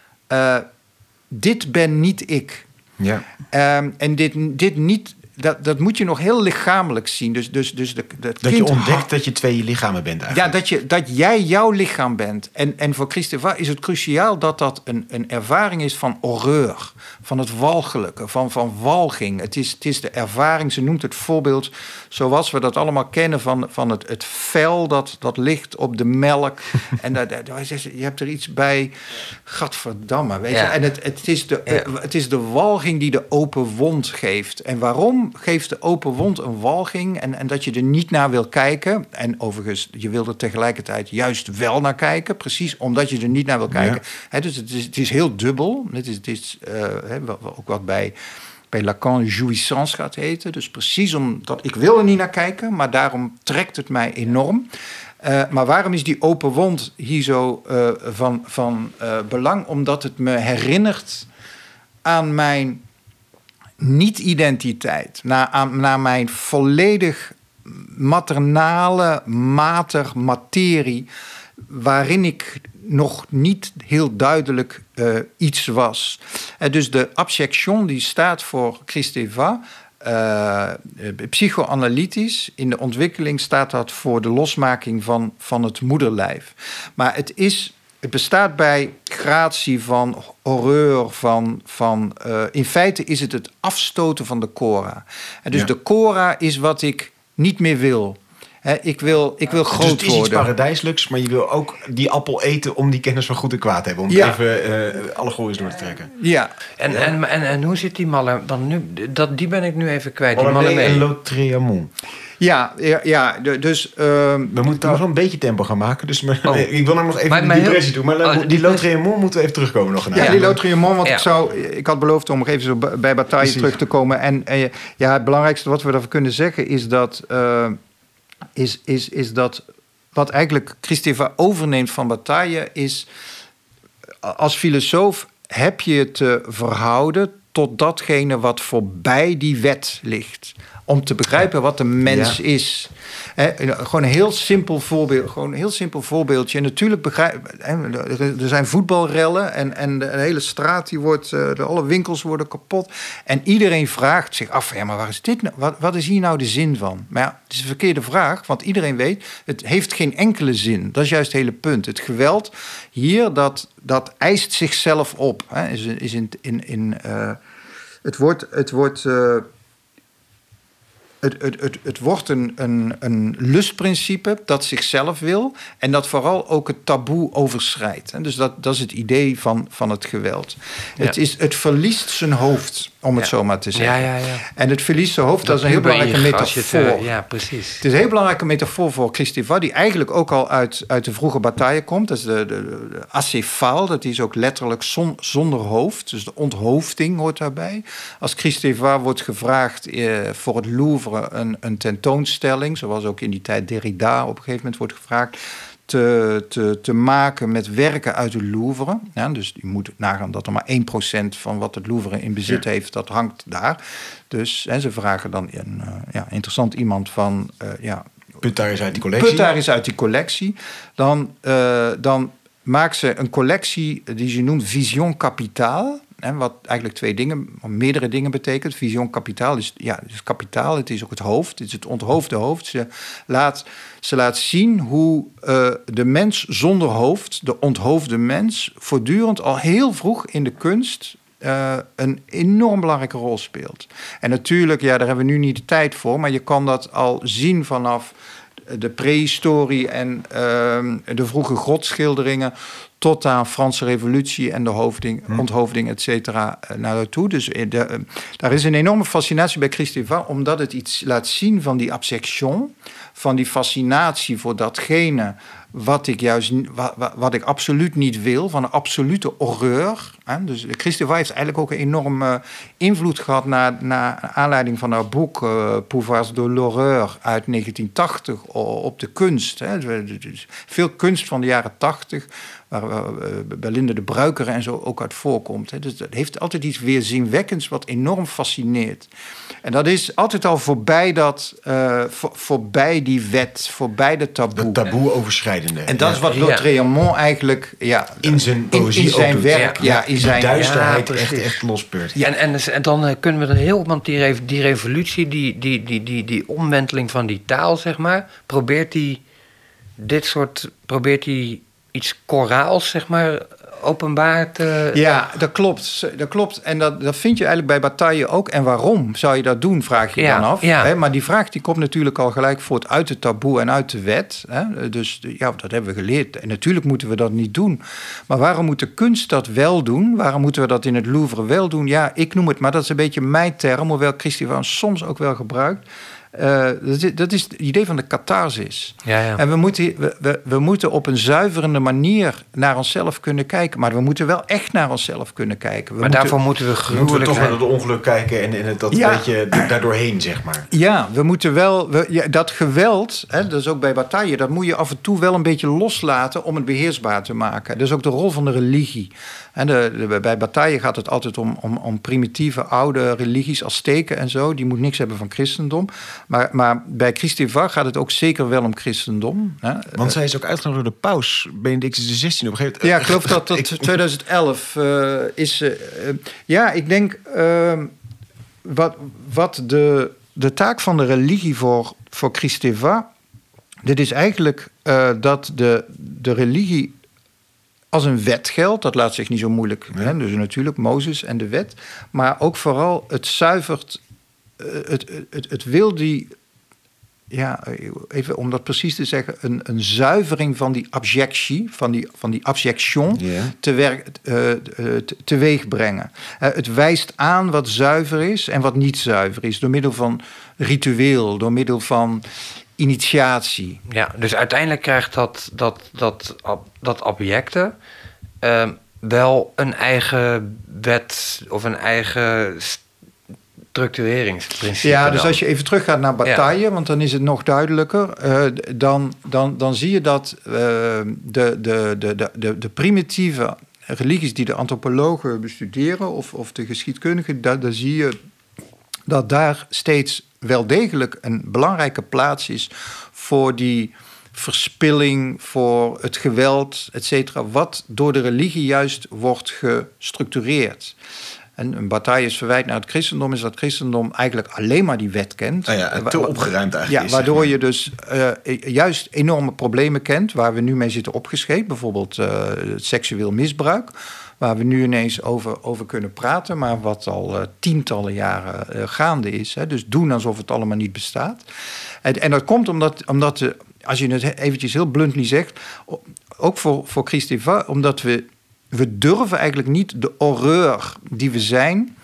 Dit ben niet ik. Ja. En dit niet. Dat moet je nog heel lichamelijk zien. Dus dat kind je ontdekt dat je twee lichamen bent eigenlijk. Ja, dat jij jouw lichaam bent. En voor Kristeva is het cruciaal dat een ervaring is van horreur. Van het walgelijke, van walging. Het is de ervaring, ze noemt het voorbeeld zoals we dat allemaal kennen van het vel dat ligt op de melk. En je hebt er iets bij. Gadverdamme, weet je. Ja. En het is de walging die de open wond geeft. En waarom geeft de open wond een walging en dat je er niet naar wil kijken? En overigens, je wil er tegelijkertijd juist wel naar kijken, precies omdat je er niet naar wil kijken. Ja. Dus het is heel dubbel. Het is ook wat bij Lacan jouissance gaat heten. Dus precies omdat ik wil er niet naar kijken, maar daarom trekt het mij enorm. Maar waarom is die open wond hier zo van belang? Omdat het me herinnert aan mijn niet-identiteit, naar mijn volledig maternale materie, waarin ik nog niet heel duidelijk iets was. Dus de abjection die staat voor Kristeva, psychoanalytisch. In de ontwikkeling staat dat voor de losmaking van het moederlijf. Maar het bestaat bij gratie van horreur, in feite is het afstoten van de cora. En dus de cora is wat ik niet meer wil. Ik wil groot worden. Dus het is iets paradijselijks, maar je wil ook die appel eten om die kennis van goed en kwaad te hebben. Om even allegorisch door te trekken. Ja. En hoe zit die malle? Want die ben ik nu even kwijt. Mallarmé en Lautréamont. Ja, dus... we moeten trouwens wel een beetje tempo gaan maken. Dus ik wil nog even die depressie doen. Maar die Lautréamont moeten we even terugkomen nog. Ja, die Lautréamont, want ik had beloofd om nog even zo bij Bataille terug te komen. En het belangrijkste wat we daarvoor kunnen zeggen is dat... Is dat wat eigenlijk Kristeva overneemt van Bataille is... als filosoof heb je te verhouden tot datgene wat voorbij die wet ligt. Om te begrijpen wat de mens is. Gewoon een heel simpel voorbeeldje. En natuurlijk er zijn voetbalrellen en de hele straat die wordt, alle winkels worden kapot. En iedereen vraagt zich af, maar waar is dit nou? Wat is hier nou de zin van? Maar ja, het is een verkeerde vraag, want iedereen weet, het heeft geen enkele zin. Dat is juist het hele punt. Het geweld hier, dat eist zichzelf op. Het wordt een lustprincipe dat zichzelf wil en dat vooral ook het taboe overschrijdt. En dus dat is het idee van het geweld. Ja. Het verliest zijn hoofd. om het zo maar te zeggen. Ja. En het verlieste hoofd, dat is een heel belangrijke metafoor. Ja, precies. Het is een heel belangrijke metafoor voor Kristeva, die eigenlijk ook al uit de vroege bataille komt. Dat is de acéphale, dat is ook letterlijk zonder hoofd. Dus de onthoofding hoort daarbij. Als Kristeva wordt gevraagd voor het Louvre een tentoonstelling, zoals ook in die tijd Derrida op een gegeven moment wordt gevraagd, te maken met werken uit het Louvre. Ja, dus je moet nagaan dat er maar 1% van wat het Louvre in bezit heeft, dat hangt daar. Dus ze vragen dan een interessant iemand van... Put daar eens uit die collectie. Put daar eens uit die collectie. Dan maakt ze een collectie die ze noemt Vision Capitale. Wat eigenlijk meerdere dingen betekent. Vision Capitale is kapitaal, het is ook het hoofd. Het is het onthoofde hoofd. Ze laat zien hoe de mens zonder hoofd, de onthoofde mens, voortdurend al heel vroeg in de kunst een enorm belangrijke rol speelt. En natuurlijk, daar hebben we nu niet de tijd voor, maar je kan dat al zien vanaf de prehistorie en de vroege grotschilderingen tot aan Franse Revolutie en de onthoofding, et cetera, naartoe. Dus daar is een enorme fascinatie bij Kristeva, omdat het iets laat zien van die abjection, van die fascinatie voor datgene wat ik absoluut niet wil, van een absolute horreur. Dus Kristeva heeft eigenlijk ook een enorme invloed gehad naar aanleiding van haar boek Pouvoirs de l'horreur uit 1980 op de kunst. Dus veel kunst van de jaren 80, waar Belinde de Bruikere en zo ook uit voorkomt. Dus dat heeft altijd iets weerzinwekkends wat enorm fascineert. En dat is altijd al voorbij die wet, voorbij de taboe. De taboe overschrijdende. En dat is wat Lautréamont eigenlijk in zijn poëzie, in zijn werk, in zijn duisterheid echt lospeurt. Ja, en dan kunnen we er heel, want die revolutie, die omwenteling van die taal, zeg maar, probeert hij iets koraals, zeg maar, openbaar te... Ja, dat klopt. En dat vind je eigenlijk bij bataille ook. En waarom zou je dat doen, vraag je dan af. Ja. Maar die vraag die komt natuurlijk al gelijk voort uit het taboe en uit de wet. Dus dat hebben we geleerd. En natuurlijk moeten we dat niet doen. Maar waarom moet de kunst dat wel doen? Waarom moeten we dat in het Louvre wel doen? Ja, ik noem het, maar dat is een beetje mijn term, hoewel Kristeva soms ook wel gebruikt. Dat is het idee van de catharsis. Ja. En we moeten op een zuiverende manier naar onszelf kunnen kijken. Maar we moeten wel echt naar onszelf kunnen kijken. Daarvoor moeten we gruwelijk... Moeten we toch naar het ongeluk kijken en dat beetje daardoorheen, zeg maar. Ja, we moeten wel... dat geweld, dat is ook bij bataille, dat moet je af en toe wel een beetje loslaten om het beheersbaar te maken. Dat is ook de rol van de religie. Bij bataille gaat het altijd om primitieve oude religies, Azteken en zo. Die moet niks hebben van christendom. Maar bij Kristeva gaat het ook zeker wel om christendom. Want zij is ook uitgenodigd door de paus, Benedictus XVI. Op een gegeven moment. Ja, ik geloof dat 2011 is... ik denk... wat de taak van de religie voor Kristeva... dit is eigenlijk dat de religie als een wet geldt. Dat laat zich niet zo moeilijk. Ja. Dus natuurlijk Mozes en de wet. Maar ook vooral het zuivert... Het wil die... Ja, even om dat precies te zeggen... een zuivering van die abjectie... van die abjection... teweeg brengen. Het wijst aan wat zuiver is... en wat niet zuiver is... door middel van ritueel... door middel van initiatie. Ja, dus uiteindelijk krijgt dat abjecte... wel een eigen wet... of een eigen... structureringsprincipe. Ja, dus als je even teruggaat naar bataille, want dan is het nog duidelijker. Dan zie je dat de primitieve religies die de antropologen bestuderen of de geschiedkundigen, daar zie je dat daar steeds wel degelijk een belangrijke plaats is voor die verspilling, voor het geweld, et cetera, wat door de religie juist wordt gestructureerd. En een bataille is verwijt naar het christendom... is dat christendom eigenlijk alleen maar die wet kent. Te opgeruimd eigenlijk. Ja, waardoor je dus juist enorme problemen kent... waar we nu mee zitten opgescheept. Bijvoorbeeld het seksueel misbruik... waar we nu ineens over kunnen praten... maar wat al tientallen jaren gaande is. Dus doen alsof het allemaal niet bestaat. En dat komt omdat als je het eventjes heel bluntly zegt... ook voor Kristeva, omdat we durven eigenlijk niet de horreur die we zijn...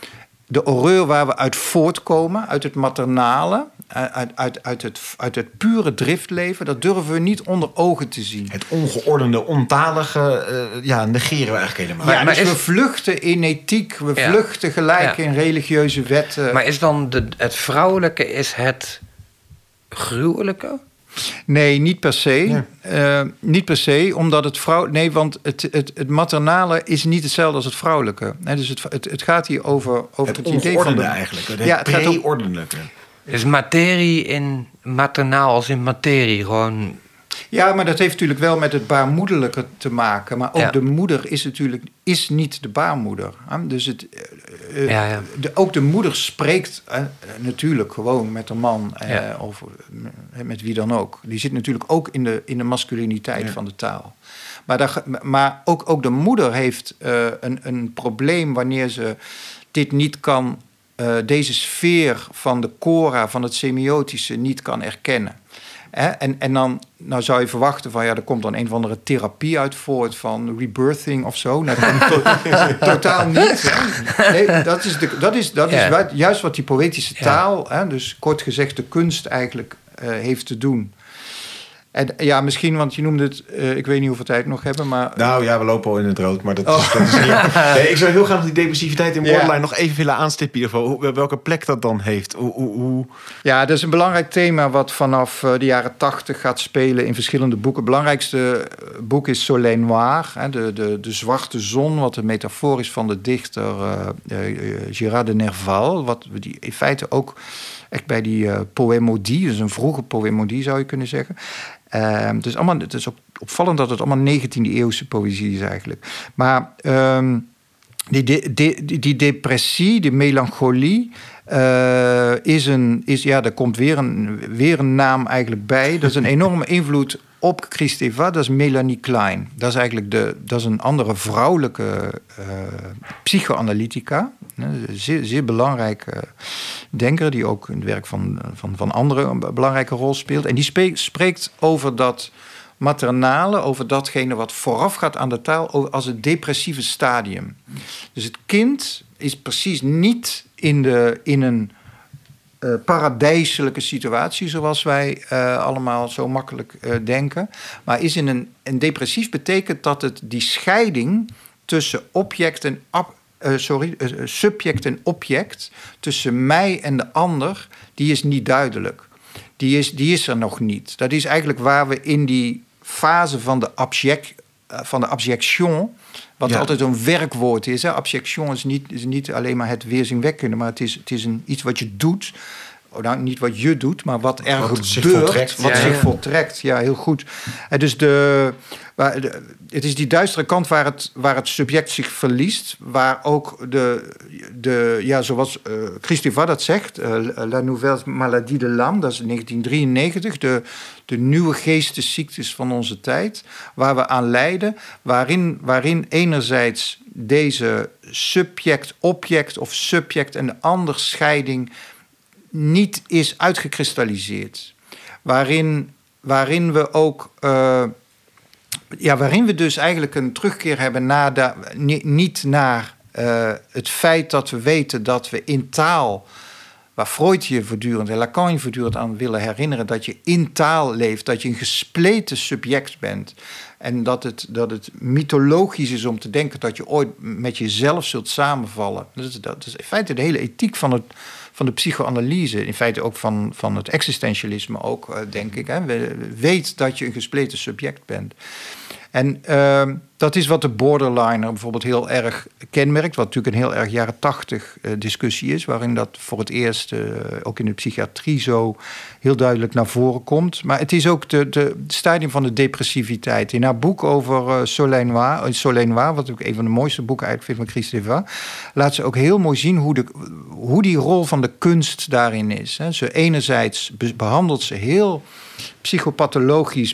de horreur waar we uit voortkomen, uit het maternale, uit het pure driftleven, dat durven we niet onder ogen te zien. Het ongeordende, ontalige, negeren we eigenlijk helemaal. Ja, dus we vluchten in ethiek, we vluchten gelijk in religieuze wetten. Maar is dan het vrouwelijke, is het gruwelijke? Nee, niet per se. Ja. Niet per se, omdat want het maternale is niet hetzelfde als het vrouwelijke. Dus het gaat hier over het idee van eigenlijk. Het pre-ordelijke. Is materie in maternaal als in materie gewoon... Ja, maar dat heeft natuurlijk wel met het baarmoederlijke te maken. Maar ook de moeder is niet de baarmoeder. Dus ook de moeder spreekt natuurlijk gewoon met een man of met wie dan ook. Die zit natuurlijk ook in de masculiniteit van de taal. Maar ook de moeder heeft een probleem wanneer ze dit niet kan... deze sfeer van de Cora, van het semiotische, niet kan erkennen. En dan zou je verwachten van... er komt dan een of andere therapie uit voort... van rebirthing of zo. Nou, dat totaal niet. Nee, dat is juist wat die poëtische taal... dus kort gezegd de kunst eigenlijk heeft te doen... En misschien, want je noemde het... ik weet niet hoeveel tijd we nog hebben, maar... Nou ja, we lopen al in het rood, maar dat is niet... Nee, ik zou heel graag die depressiviteit in borderline nog even willen aanstippen. In ieder geval, welke plek dat dan heeft. Ja, dat is een belangrijk thema wat vanaf de jaren 80 gaat spelen in verschillende boeken. Het belangrijkste boek is Soleil Noir, de zwarte zon... wat een metafoor is van de dichter Gérard de Nerval... wat die in feite ook echt bij die poëmodie... dus een vroege poëmodie zou je kunnen zeggen... het is ook opvallend dat het allemaal 19e-eeuwse poëzie is eigenlijk. Maar die depressie, die melancholie... daar komt weer een naam eigenlijk bij. Dat is een enorme invloed op Kristeva. Dat is Melanie Klein. Dat is eigenlijk dat is een andere vrouwelijke psychoanalytica. Zeer, zeer belangrijke denker... die ook in het werk van anderen een belangrijke rol speelt. En die spreekt over dat maternale... over datgene wat voorafgaat aan de taal... als het depressieve stadium. Dus het kind is precies niet in een paradijselijke situatie... zoals wij allemaal zo makkelijk denken. Maar is in een depressief betekent dat het die scheiding... tussen subject en object... tussen mij en de ander, die is niet duidelijk. Die is er nog niet. Dat is eigenlijk waar we in die fase van de abjection... wat altijd een werkwoord is. Abjection is niet alleen maar het weerzinwekkende... maar het is iets wat je doet... Nou, niet wat je doet, maar wat er gebeurt, wat zich voltrekt. Ja, heel goed. Dus het is die duistere kant waar het subject zich verliest, waar ook zoals Kristeva dat zegt, La Nouvelle Maladie de l'âme, dat is 1993, de nieuwe geestesziektes van onze tijd, waar we aan lijden, waarin enerzijds deze subject-object of subject en de ander scheiding niet is uitgekristalliseerd. Waarin we ook... waarin we dus eigenlijk een terugkeer hebben niet naar het feit dat we weten dat we in taal... waar Freud je voortdurend en Lacan je voortdurend aan willen herinneren... dat je in taal leeft, dat je een gespleten subject bent... en dat het mythologisch is om te denken dat je ooit met jezelf zult samenvallen. Dat is in feite de hele ethiek van de psychoanalyse. In feite ook van het existentialisme ook, denk ik. Weet dat je een gespleten subject bent. En dat is wat de borderliner bijvoorbeeld heel erg kenmerkt... wat natuurlijk een heel erg jaren 80 discussie is... waarin dat voor het eerst ook in de psychiatrie zo heel duidelijk naar voren komt. Maar het is ook de stadium van de depressiviteit. In haar boek over Soleil Noir... wat ik een van de mooiste boeken eigenlijk vind van Kristeva... laat ze ook heel mooi zien hoe die rol van de kunst daarin is. Ze enerzijds behandelt ze heel... psychopathologisch,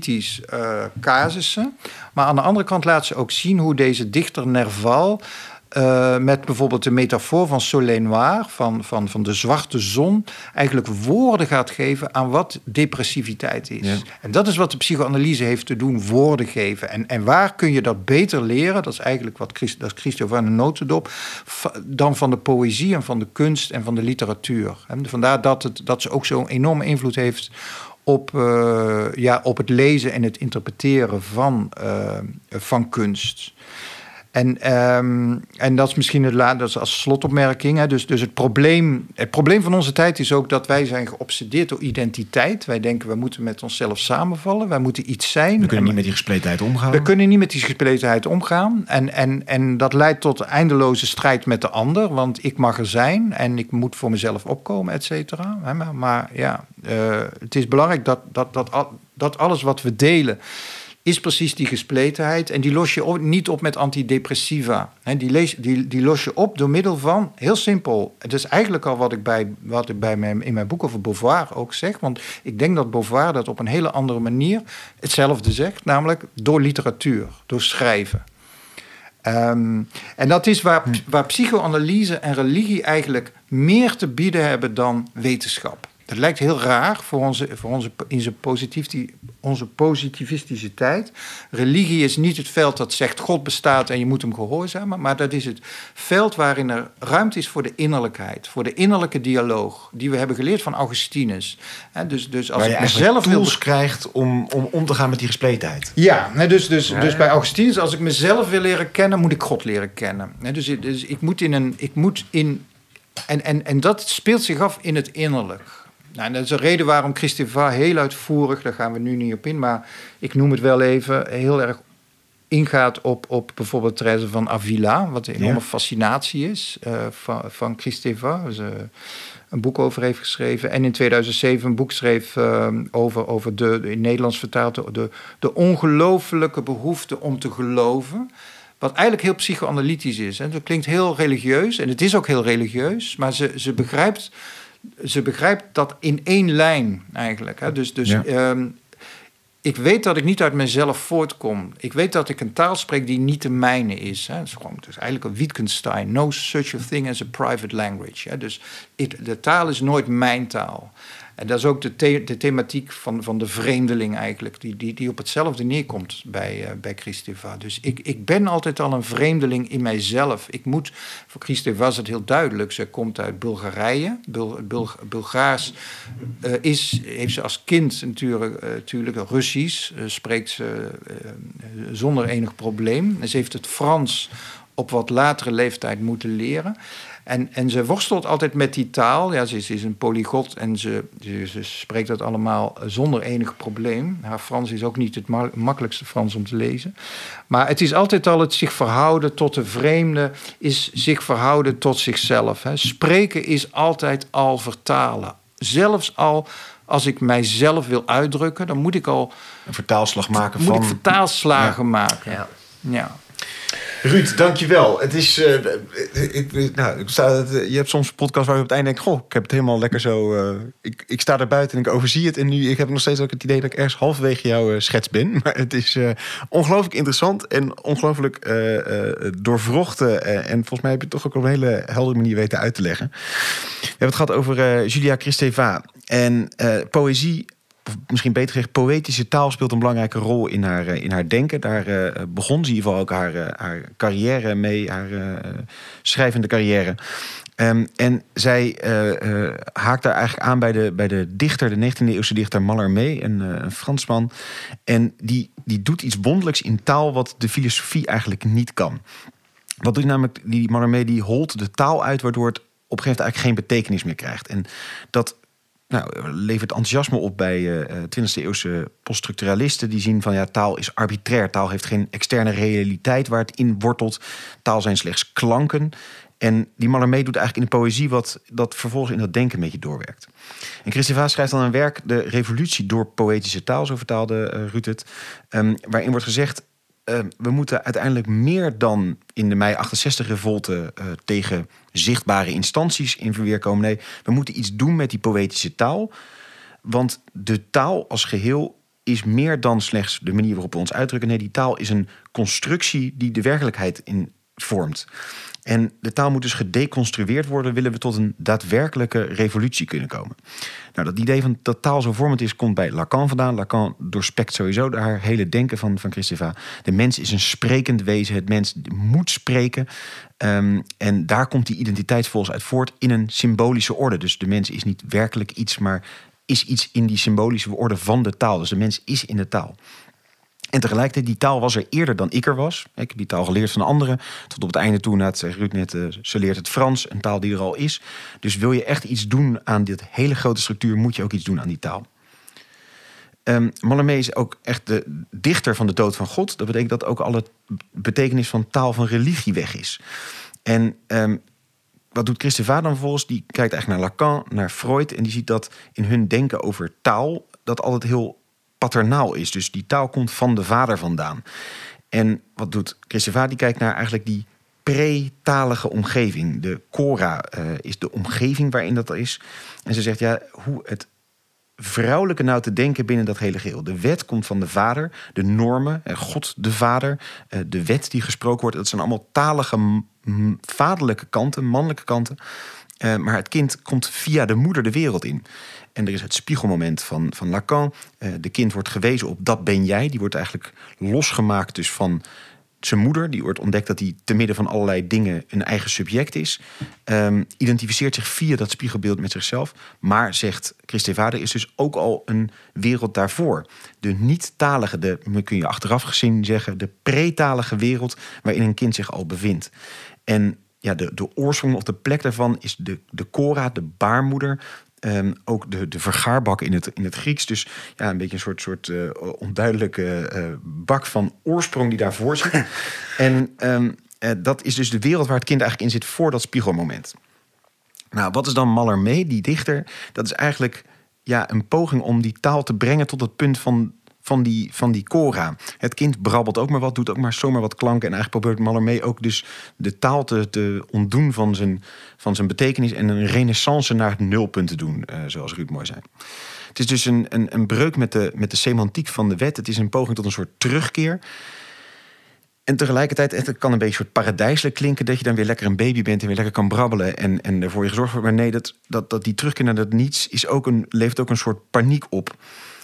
psychoanalytisch casussen. Maar aan de andere kant laat ze ook zien hoe deze dichter Nerval met bijvoorbeeld de metafoor van Soleil Noir, van de zwarte zon, eigenlijk woorden gaat geven aan wat depressiviteit is. Ja. En dat is wat de psychoanalyse heeft te doen, woorden geven. En waar kun je dat beter leren? Dat is eigenlijk wat Christophe in een notendop, dan van de poëzie en van de kunst en van de literatuur. En vandaar dat ze ook zo'n enorme invloed heeft op het lezen en het interpreteren van kunst. En dat is misschien dat is als slotopmerking. Hè. Dus het probleem van onze tijd is ook dat wij zijn geobsedeerd door identiteit. Wij denken, we moeten met onszelf samenvallen. Wij moeten iets zijn. We kunnen niet met die gespletenheid omgaan. We kunnen niet met die gespletenheid omgaan. En dat leidt tot eindeloze strijd met de ander. Want ik mag er zijn en ik moet voor mezelf opkomen, et cetera. Maar ja, het is belangrijk dat alles wat we delen is precies die gespletenheid. En die los je niet op met antidepressiva. Die los je op door middel van, heel simpel. Het is eigenlijk al wat ik in mijn boek over Beauvoir ook zeg. Want ik denk dat Beauvoir dat op een hele andere manier hetzelfde zegt. Namelijk door literatuur, door schrijven. En dat is waar psychoanalyse en religie eigenlijk meer te bieden hebben dan wetenschap. Het lijkt heel raar voor onze positivistische tijd. Religie is niet het veld dat zegt God bestaat en je moet hem gehoorzamen. Maar dat is het veld waarin er ruimte is voor de innerlijkheid. Voor de innerlijke dialoog. Die we hebben geleerd van Augustinus. Dus als waar je eigenlijk tools krijgt om te gaan met die gespletenheid. Ja, dus bij Augustinus, als ik mezelf wil leren kennen, moet ik God leren kennen. Dus ik moet in. En dat speelt zich af in het innerlijk. Nou, dat is een reden waarom Christophe heel uitvoerig, daar gaan we nu niet op in, maar ik noem het wel even, heel erg ingaat op bijvoorbeeld Thérèse van Avila, wat een enorme fascinatie is van Christophe. Dus, een boek over heeft geschreven. En in 2007 een boek schreef over de in Nederlands vertaald, de ongelooflijke behoefte om te geloven. Wat eigenlijk heel psychoanalytisch is. Hè. Dat klinkt heel religieus, en het is ook heel religieus, maar ze begrijpt dat in één lijn eigenlijk. Hè. Dus ik weet dat ik niet uit mezelf voortkom. Ik weet dat ik een taal spreek die niet de mijne is. Hè. Het is eigenlijk een Wittgenstein. No such a thing as a private language. Hè. Dus de taal is nooit mijn taal. En dat is ook de thematiek van de vreemdeling eigenlijk, die op hetzelfde neerkomt bij Christophe. Dus ik ben altijd al een vreemdeling in mijzelf. Voor Christophe was het heel duidelijk, ze komt uit Bulgarije. Bulgaars heeft ze als kind natuurlijk Russisch, spreekt ze zonder enig probleem. En ze heeft het Frans op wat latere leeftijd moeten leren. En ze worstelt altijd met die taal. Ja, ze is een polygot en ze spreekt dat allemaal zonder enig probleem. Haar Frans is ook niet het makkelijkste Frans om te lezen. Maar het is altijd al het zich verhouden tot de vreemde, is zich verhouden tot zichzelf. Hè. Spreken is altijd al vertalen. Zelfs al als ik mijzelf wil uitdrukken, dan moet ik al een vertaalslag maken moet ik vertaalslagen maken. Ja. Ruud, dankjewel. Het is, je hebt soms een podcast waar je op het einde denkt, goh, ik heb het helemaal lekker zo. Ik sta er buiten en ik overzie het. En nu ik heb nog steeds ook het idee dat ik ergens halverwege jouw schets ben. Maar het is ongelooflijk interessant en ongelooflijk doorwrochten. En volgens mij heb je het toch ook op een hele heldere manier weten uit te leggen. We hebben het gehad over Julia Kristeva en poëzie. Of misschien beter gezegd, poëtische taal speelt een belangrijke rol in haar denken. Daar begon ze in ieder geval ook haar carrière mee, haar schrijvende carrière. En zij haakt daar eigenlijk aan bij de dichter, de 19e-eeuwse dichter Mallarmé, een Fransman. En die doet iets wonderlijks in taal wat de filosofie eigenlijk niet kan. Wat doet namelijk die Mallarmé? Die holt de taal uit, waardoor het op een gegeven moment eigenlijk geen betekenis meer krijgt. En dat levert enthousiasme op bij 20e-eeuwse poststructuralisten. Die zien van taal is arbitrair. Taal heeft geen externe realiteit waar het in wortelt. Taal zijn slechts klanken. En die Mallarmé doet eigenlijk in de poëzie wat dat vervolgens in dat denken een beetje doorwerkt. En Kristeva schrijft dan een werk, De Revolutie door Poëtische Taal, zo vertaalde Ruud het, waarin wordt gezegd, we moeten uiteindelijk meer dan in de mei 68-revolte tegen zichtbare instanties in verweer komen. Nee, we moeten iets doen met die poëtische taal. Want de taal als geheel is meer dan slechts de manier waarop we ons uitdrukken. Nee, die taal is een constructie die de werkelijkheid in vormt. En de taal moet dus gedeconstrueerd worden, willen we tot een daadwerkelijke revolutie kunnen komen. Nou, dat idee van dat taal zo vormend is, komt bij Lacan vandaan. Lacan doorspekt sowieso haar hele denken van Kristeva. De mens is een sprekend wezen, het mens moet spreken. En daar komt die identiteit volgens uit voort in een symbolische orde. Dus de mens is niet werkelijk iets, maar is iets in die symbolische orde van de taal. Dus de mens is in de taal. En tegelijkertijd, die taal was er eerder dan ik er was. Ik heb die taal geleerd van anderen. Tot op het einde toe, zei Ruud net, ze leert het Frans, een taal die er al is. Dus wil je echt iets doen aan dit hele grote structuur, moet je ook iets doen aan die taal. Mallarmé is ook echt de dichter van de dood van God. Dat betekent dat ook alle betekenis van taal, van religie weg is. En wat doet Kristeva dan vervolgens? Die kijkt eigenlijk naar Lacan, naar Freud, en die ziet dat in hun denken over taal dat altijd heel paternaal is. Dus die taal komt van de vader vandaan. En wat doet Kristeva? Die kijkt naar eigenlijk die pre-talige omgeving. De Cora is de omgeving waarin dat is. En ze zegt, ja, hoe het vrouwelijke nou te denken binnen dat hele geheel. De wet komt van de vader, de normen, God de vader, de wet die gesproken wordt, dat zijn allemaal talige, vaderlijke kanten, mannelijke kanten. Maar het kind komt via de moeder de wereld in. En er is het spiegelmoment van Lacan. De kind wordt gewezen op dat ben jij. Die wordt eigenlijk losgemaakt dus van zijn moeder. Die wordt ontdekt dat hij te midden van allerlei dingen een eigen subject is. Identificeert zich via dat spiegelbeeld met zichzelf. Maar, zegt Kristeva, er is dus ook al een wereld daarvoor. De niet-talige, kun je achteraf gezien zeggen, de pre-talige wereld waarin een kind zich al bevindt. En ja, de oorsprong of de plek daarvan is de Cora, de baarmoeder. Ook de vergaarbak in het Grieks. Dus ja, een beetje een soort onduidelijke bak van oorsprong die daarvoor zit. En dat is dus de wereld waar het kind eigenlijk in zit voor dat spiegelmoment. Nou, wat is dan Mallarmé, die dichter? Dat is eigenlijk een poging om die taal te brengen tot het punt van die Cora. Het kind brabbelt ook maar wat, doet ook maar zomaar wat klanken. En eigenlijk probeert Mallarmé ook dus de taal te ontdoen van zijn betekenis en een renaissance naar het nulpunt te doen, zoals Ruud mooi zei. Het is dus een breuk met de semantiek van de wet. Het is een poging tot een soort terugkeer. En tegelijkertijd, het kan een beetje een soort paradijselijk klinken, dat je dan weer lekker een baby bent en weer lekker kan brabbelen en ervoor je gezorgd wordt. Maar nee, dat die terugkeer naar dat niets levert ook een soort paniek op.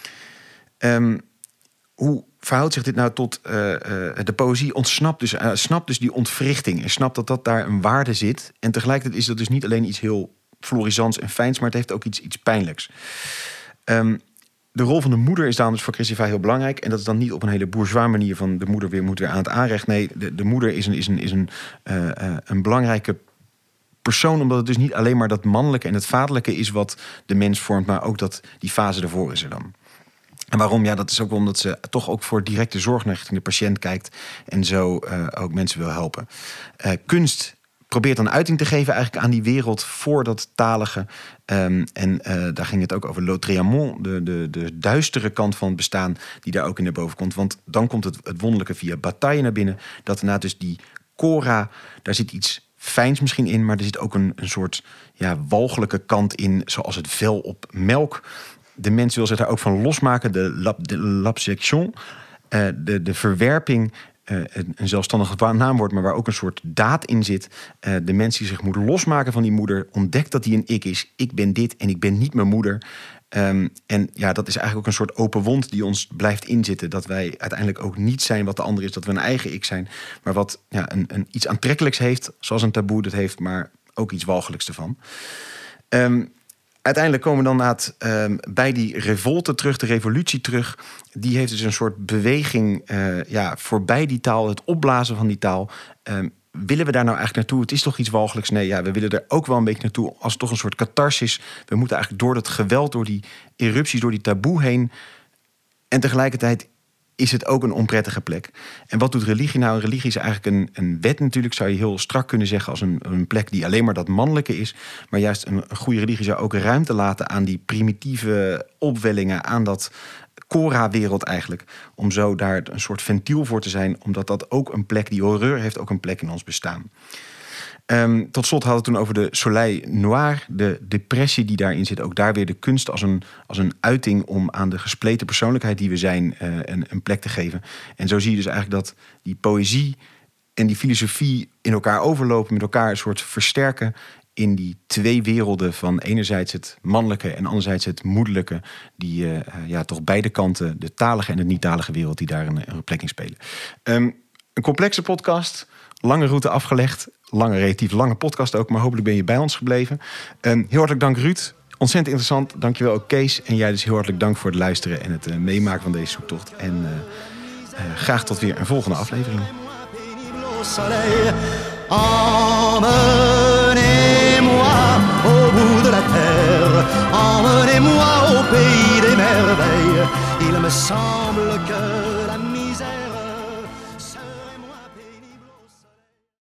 Hoe verhoudt zich dit nou tot de poëzie? Snapt dus die ontwrichting en snapt dat daar een waarde zit. En tegelijkertijd is dat dus niet alleen iets heel florisants en fijns, maar het heeft ook iets pijnlijks. De rol van de moeder is daarom dus voor Kristeva heel belangrijk. En dat is dan niet op een hele bourgeois manier van de moeder moet weer aan het aanrecht. Nee, de moeder is een belangrijke persoon, omdat het dus niet alleen maar dat mannelijke en het vaderlijke is wat de mens vormt, maar ook dat die fase ervoor is er dan. En waarom? Ja, dat is ook omdat ze toch ook voor directe zorg richting de patiënt kijkt en zo ook mensen wil helpen. Kunst probeert dan uiting te geven eigenlijk aan die wereld voor dat talige. Daar ging het ook over Lautréamont, de duistere kant van het bestaan die daar ook in naar boven komt. Want dan komt het wonderlijke via Bataille naar binnen. Dat daarna dus die Cora, daar zit iets fijns misschien in, maar er zit ook een soort walgelijke kant in, zoals het vel op melk. De mens wil zich daar ook van losmaken, de l'abjection, de verwerping, een zelfstandig naamwoord, maar waar ook een soort daad in zit. De mens die zich moet losmaken van die moeder, ontdekt dat hij een ik is. Ik ben dit en ik ben niet mijn moeder. Dat is eigenlijk ook een soort open wond die ons blijft inzitten. Dat wij uiteindelijk ook niet zijn wat de ander is, dat we een eigen ik zijn. Maar wat iets aantrekkelijks heeft, zoals een taboe dat heeft, maar ook iets walgelijks ervan. Uiteindelijk komen we dan bij die revolte terug, de revolutie terug. Die heeft dus een soort beweging voorbij die taal, het opblazen van die taal. Willen we daar nou eigenlijk naartoe? Het is toch iets walgelijks? Nee, we willen er ook wel een beetje naartoe als toch een soort catharsis. We moeten eigenlijk door dat geweld, door die erupties, door die taboe heen. En tegelijkertijd is het ook een onprettige plek. En wat doet religie nou? Religie is eigenlijk een wet natuurlijk, zou je heel strak kunnen zeggen, als een plek die alleen maar dat mannelijke is. Maar juist een goede religie zou ook ruimte laten aan die primitieve opwellingen, aan dat Cora-wereld eigenlijk. Om zo daar een soort ventiel voor te zijn, omdat dat ook een plek, die horreur heeft ook een plek in ons bestaan. Tot slot hadden we het toen over de soleil noir, de depressie die daarin zit. Ook daar weer de kunst als een uiting om aan de gespleten persoonlijkheid die we zijn een plek te geven. En zo zie je dus eigenlijk dat die poëzie en die filosofie in elkaar overlopen, met elkaar een soort versterken in die twee werelden van enerzijds het mannelijke en anderzijds het moederlijke, die toch beide kanten, de talige en de niet-talige wereld, die daar een plek in spelen. Een complexe podcast, lange route afgelegd, relatief lange podcast ook, maar hopelijk ben je bij ons gebleven. Heel hartelijk dank Ruud, ontzettend interessant. Dankjewel ook Kees en jij dus heel hartelijk dank voor het luisteren en het meemaken van deze zoektocht. En graag tot weer een volgende aflevering. Emmenez-moi au bout de la terre, emmenez-moi au pays des merveilles. Il me semble que